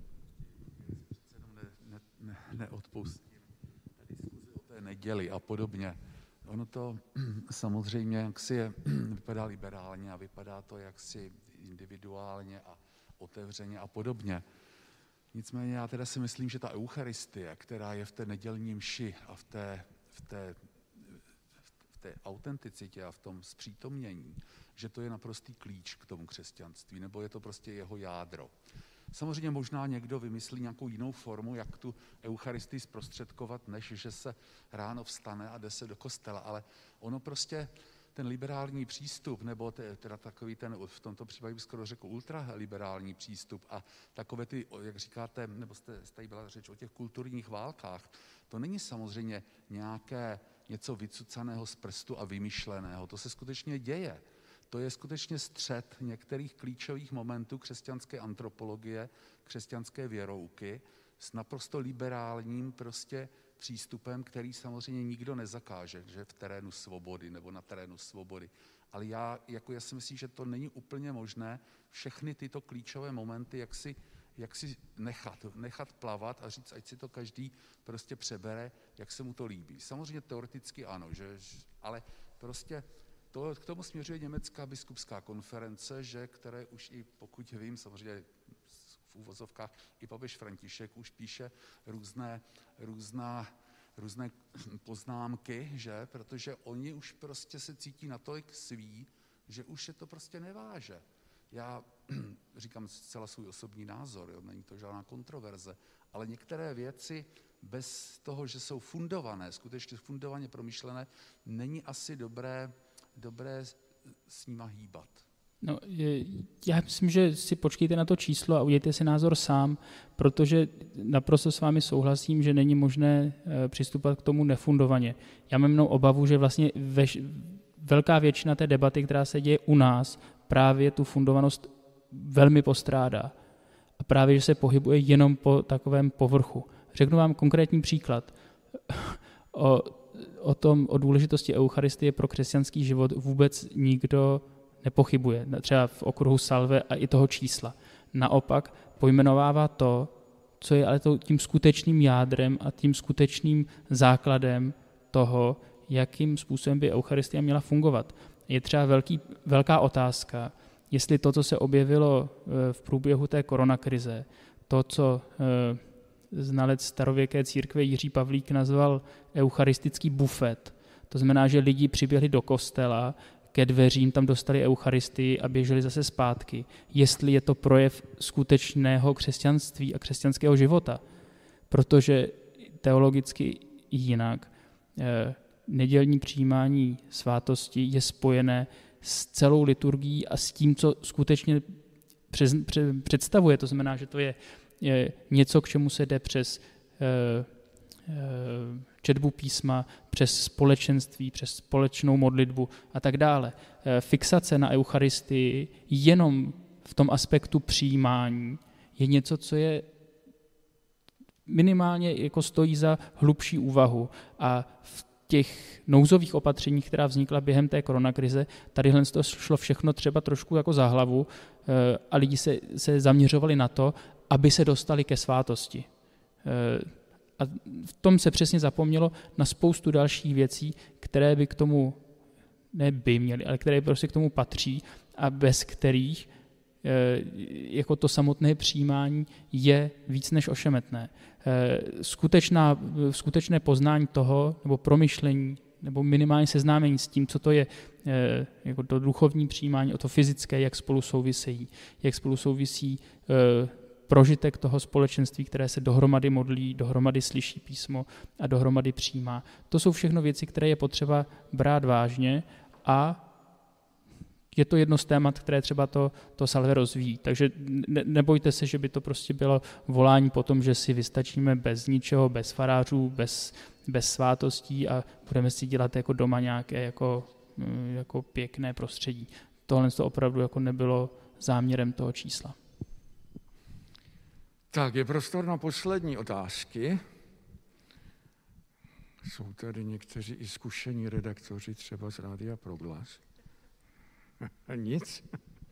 Neodpustím. Diskuzi o té neděli a podobně. Ono to samozřejmě jaksi vypadá liberálně a vypadá to jaksi individuálně a otevřeně a podobně. Nicméně já teda si myslím, že ta eucharistie, která je v té nedělní mši a v té autenticitě a v tom zpřítomnění, že to je naprostý klíč k tomu křesťanství, nebo je to prostě jeho jádro. Samozřejmě možná někdo vymyslí nějakou jinou formu, jak tu eucharistii zprostředkovat, než že se ráno vstane a jde se do kostela, ale ono prostě ten liberální přístup, nebo teda takový ten, v tomto případě bych skoro řekl, ultraliberální přístup a takové ty, jak říkáte, nebo tady byla řeč o těch kulturních válkách, to není samozřejmě něco vycucaného z prstu a vymyšleného, to se skutečně děje. To je skutečně střet některých klíčových momentů křesťanské antropologie, křesťanské věrouky s naprosto liberálním prostě přístupem, který samozřejmě nikdo nezakáže, že v terénu svobody nebo na terénu svobody. Ale já si myslím, že to není úplně možné všechny tyto klíčové momenty jak si nechat plavat a říct, ať si to každý prostě přebere, jak se mu to líbí. Samozřejmě teoreticky ano, ale prostě k tomu směřuje Německá biskupská konference, které už i pokud vím, samozřejmě v úvozovkách i papež František už píše různé poznámky, že? Protože oni už prostě se cítí natolik svý, že už je to prostě neváže. Já říkám zcela svůj osobní názor, jo? Není to žádná kontroverze, ale některé věci bez toho, že jsou fundované, skutečně fundovaně promyšlené, není asi dobré s nima hýbat. No, já myslím, že si počkejte na to číslo a udějte si názor sám, protože naprosto s vámi souhlasím, že není možné přistupovat k tomu nefundovaně. Já mám mnou obavu, že vlastně velká většina té debaty, která se děje u nás, právě tu fundovanost velmi postrádá. A právě, že se pohybuje jenom po takovém povrchu. Řeknu vám konkrétní příklad. O důležitosti eucharistie pro křesťanský život vůbec nikdo nepochybuje, třeba v okruhu salve a i toho čísla. Naopak pojmenovává to, co je ale tím skutečným jádrem a tím skutečným základem toho, jakým způsobem by eucharistia měla fungovat. Je třeba velká otázka, jestli to, co se objevilo v průběhu té koronakrize, to, co znalec starověké církve Jiří Pavlík nazval eucharistický bufet, to znamená, že lidi přiběhli do kostela, ke dveřím, tam dostali eucharistii a běželi zase zpátky. Jestli je to projev skutečného křesťanství a křesťanského života. Protože teologicky jinak nedělní přijímání svátosti je spojené s celou liturgií a s tím, co skutečně představuje. To znamená, že to je něco, k čemu se jde přes četbu písma, přes společenství, přes společnou modlitbu a tak dále. Fixace na eucharistii jenom v tom aspektu přijímání je něco, co je minimálně jako stojí za hlubší úvahu. A v těch nouzových opatřeních, která vznikla během té koronakrize, tadyhle to šlo všechno třeba trošku jako za hlavu a lidi se zaměřovali na to, aby se dostali ke svátosti. A v tom se přesně zapomnělo na spoustu dalších věcí, které by k tomu neby měly, ale které prostě k tomu patří a bez kterých jako to přijímání je víc než ošemetné. Skutečné poznání toho, nebo promyšlení, nebo minimálně seznámení s tím, co to je jako to duchovní přijímání, o to fyzické, jak spolu souvisí prožitek toho společenství, které se dohromady modlí, dohromady slyší písmo a dohromady přijímá. To jsou všechno věci, které je potřeba brát vážně a je to jedno z témat, které třeba to salve rozvíjí. Takže nebojte se, že by to prostě bylo volání po tom, že si vystačíme bez ničeho, bez farářů, bez svátostí a budeme si dělat jako doma nějaké jako pěkné prostředí. Tohle to opravdu jako nebylo záměrem toho čísla. Tak, je prostor na poslední otázky. Jsou tady někteří i zkušení redaktoři, třeba z Rádia Proglas. Nic?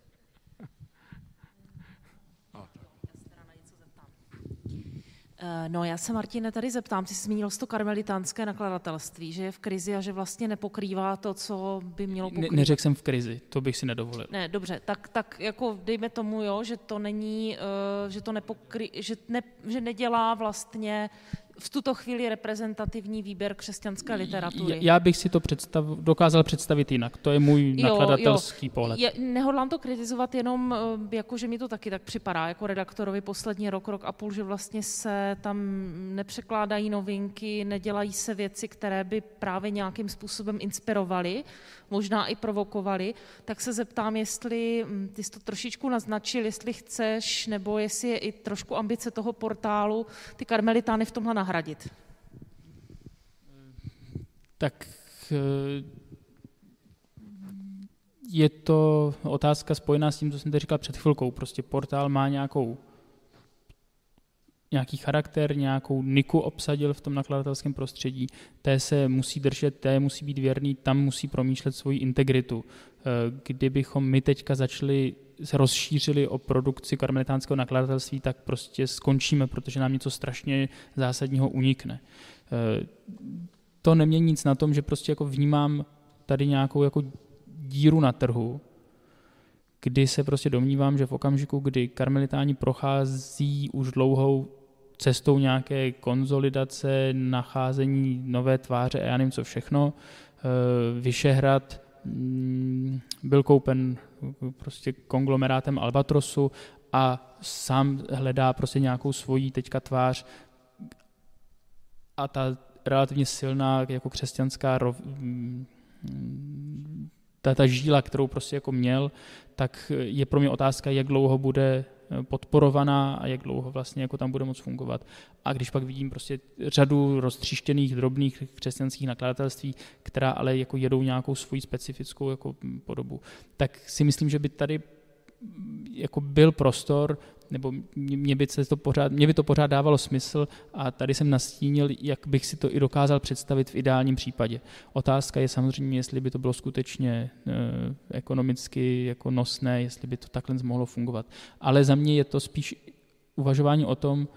No, já se, Martine, tady zeptám, ty jsi zmínil to karmelitánské nakladatelství, že je v krizi a že vlastně nepokrývá to, co by mělo pokrývat. Neřekl jsem v krizi, to bych si nedovolil. Ne, dobře, tak jako dejme tomu, jo, že to není, že nedělá vlastně v tuto chvíli reprezentativní výběr křesťanské literatury. Já bych si to dokázal představit jinak. To je můj nakladatelský pohled. Nehodlám to kritizovat jenom, jako že mi to taky tak připadá, jako redaktorovi poslední rok a půl, že vlastně se tam nepřekládají novinky, nedělají se věci, které by právě nějakým způsobem inspirovaly, možná i provokovaly. Tak se zeptám, jestli ty jsi to trošičku naznačil, jestli chceš, nebo jestli je i trošku ambice toho portálu ty karmelitány v tomhle nahradit. Tak je to otázka spojená s tím, co jsem teď říkal před chvilkou. Prostě portál má nějaký charakter, nějakou niku obsadil v tom nakladatelském prostředí, té se musí držet, té musí být věrný, tam musí promýšlet svoji integritu. Kdybychom my teďka se rozšířili o produkci karmelitánského nakladatelství, tak prostě skončíme, protože nám něco strašně zásadního unikne. To nemění nic na tom, že prostě jako vnímám tady nějakou jako díru na trhu, kdy se prostě domnívám, že v okamžiku, kdy karmelitáni prochází už dlouhou cestou nějaké konzolidace, nacházení nové tváře a já nevím co všechno, Vyšehrad byl koupen prostě konglomerátem Albatrosu a sám hledá prostě nějakou svoji teďka tvář a ta relativně silná jako křesťanská ta žíla, kterou prostě jako měl, tak je pro mě otázka, jak dlouho bude podporovaná a jak dlouho vlastně jako tam bude moc fungovat. A když pak vidím prostě řadu roztříštěných drobných křesťanských nakladatelství, která ale jako jedou nějakou svoji specifickou jako podobu, tak si myslím, že by tady jako byl prostor, nebo mě by to pořád dávalo smysl a tady jsem nastínil, jak bych si to i dokázal představit v ideálním případě. Otázka je samozřejmě, jestli by to bylo skutečně ekonomicky jako nosné, jestli by to takhle mohlo fungovat. Ale za mě je to spíš uvažování o tom,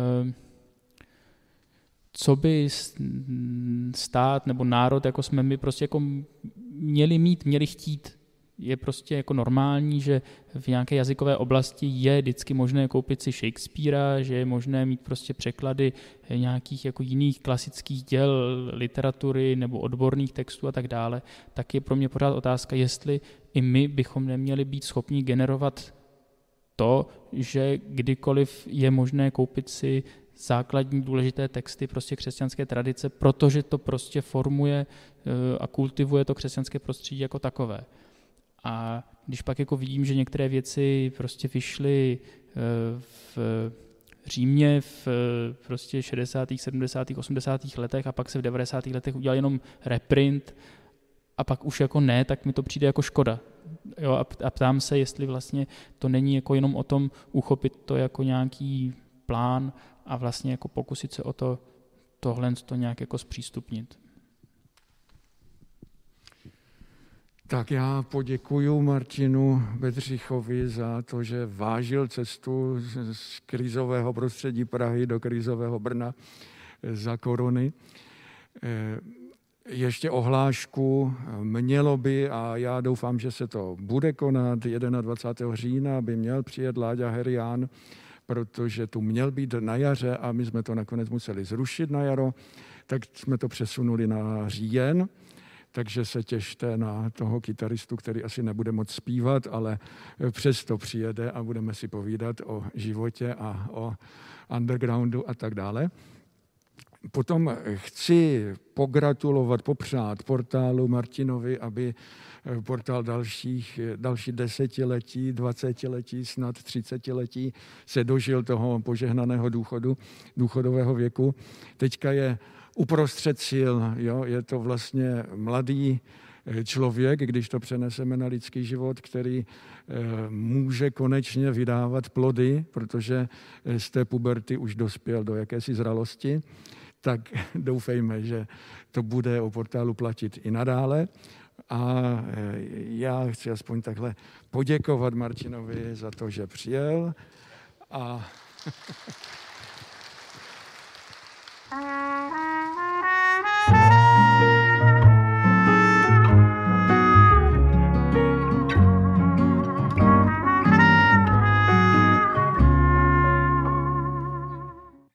co by stát nebo národ, jako jsme my, prostě jako měli chtít. Je prostě jako normální, že v nějaké jazykové oblasti je vždycky možné koupit si Shakespearea, že je možné mít prostě překlady nějakých jako jiných klasických děl, literatury nebo odborných textů a tak dále, tak je pro mě pořád otázka, jestli i my bychom neměli být schopni generovat to, že kdykoliv je možné koupit si základní důležité texty prostě křesťanské tradice, protože to prostě formuje a kultivuje to křesťanské prostředí jako takové. A když pak jako vidím, že některé věci prostě vyšly v Římě v prostě 60., 70., 80. letech a pak se v 90. letech udělal jenom reprint a pak už jako ne, tak mi to přijde jako škoda. Jo, a ptám se, jestli vlastně to není jako jenom o tom uchopit to jako nějaký plán a vlastně jako pokusit se o tohle nějak jako zpřístupnit. Tak já poděkuju Martinu Bedřichovi za to, že vážil cestu z krizového prostředí Prahy do krizového Brna za korony. Ještě ohlášku mělo by, a já doufám, že se to bude konat, 21. října by měl přijet Láďa Herián, protože tu měl být na jaře a my jsme to nakonec museli zrušit na jaro, tak jsme to přesunuli na říjen. Takže se těšte na toho kytaristu, který asi nebude moc zpívat, ale přesto přijede a budeme si povídat o životě a o undergroundu a tak dále. Potom chci pogratulovat, popřát portálu Martinovi, aby portál další desetiletí, 20letí, snad 30letí se dožil toho požehnaného důchodového věku. Teďka je uprostřed sil, jo? Je to vlastně mladý člověk, když to přeneseme na lidský život, který může konečně vydávat plody, protože z té puberty už dospěl do jakési zralosti, tak doufejme, že to bude o portálu platit i nadále. A já chci aspoň takhle poděkovat Martinovi za to, že přijel a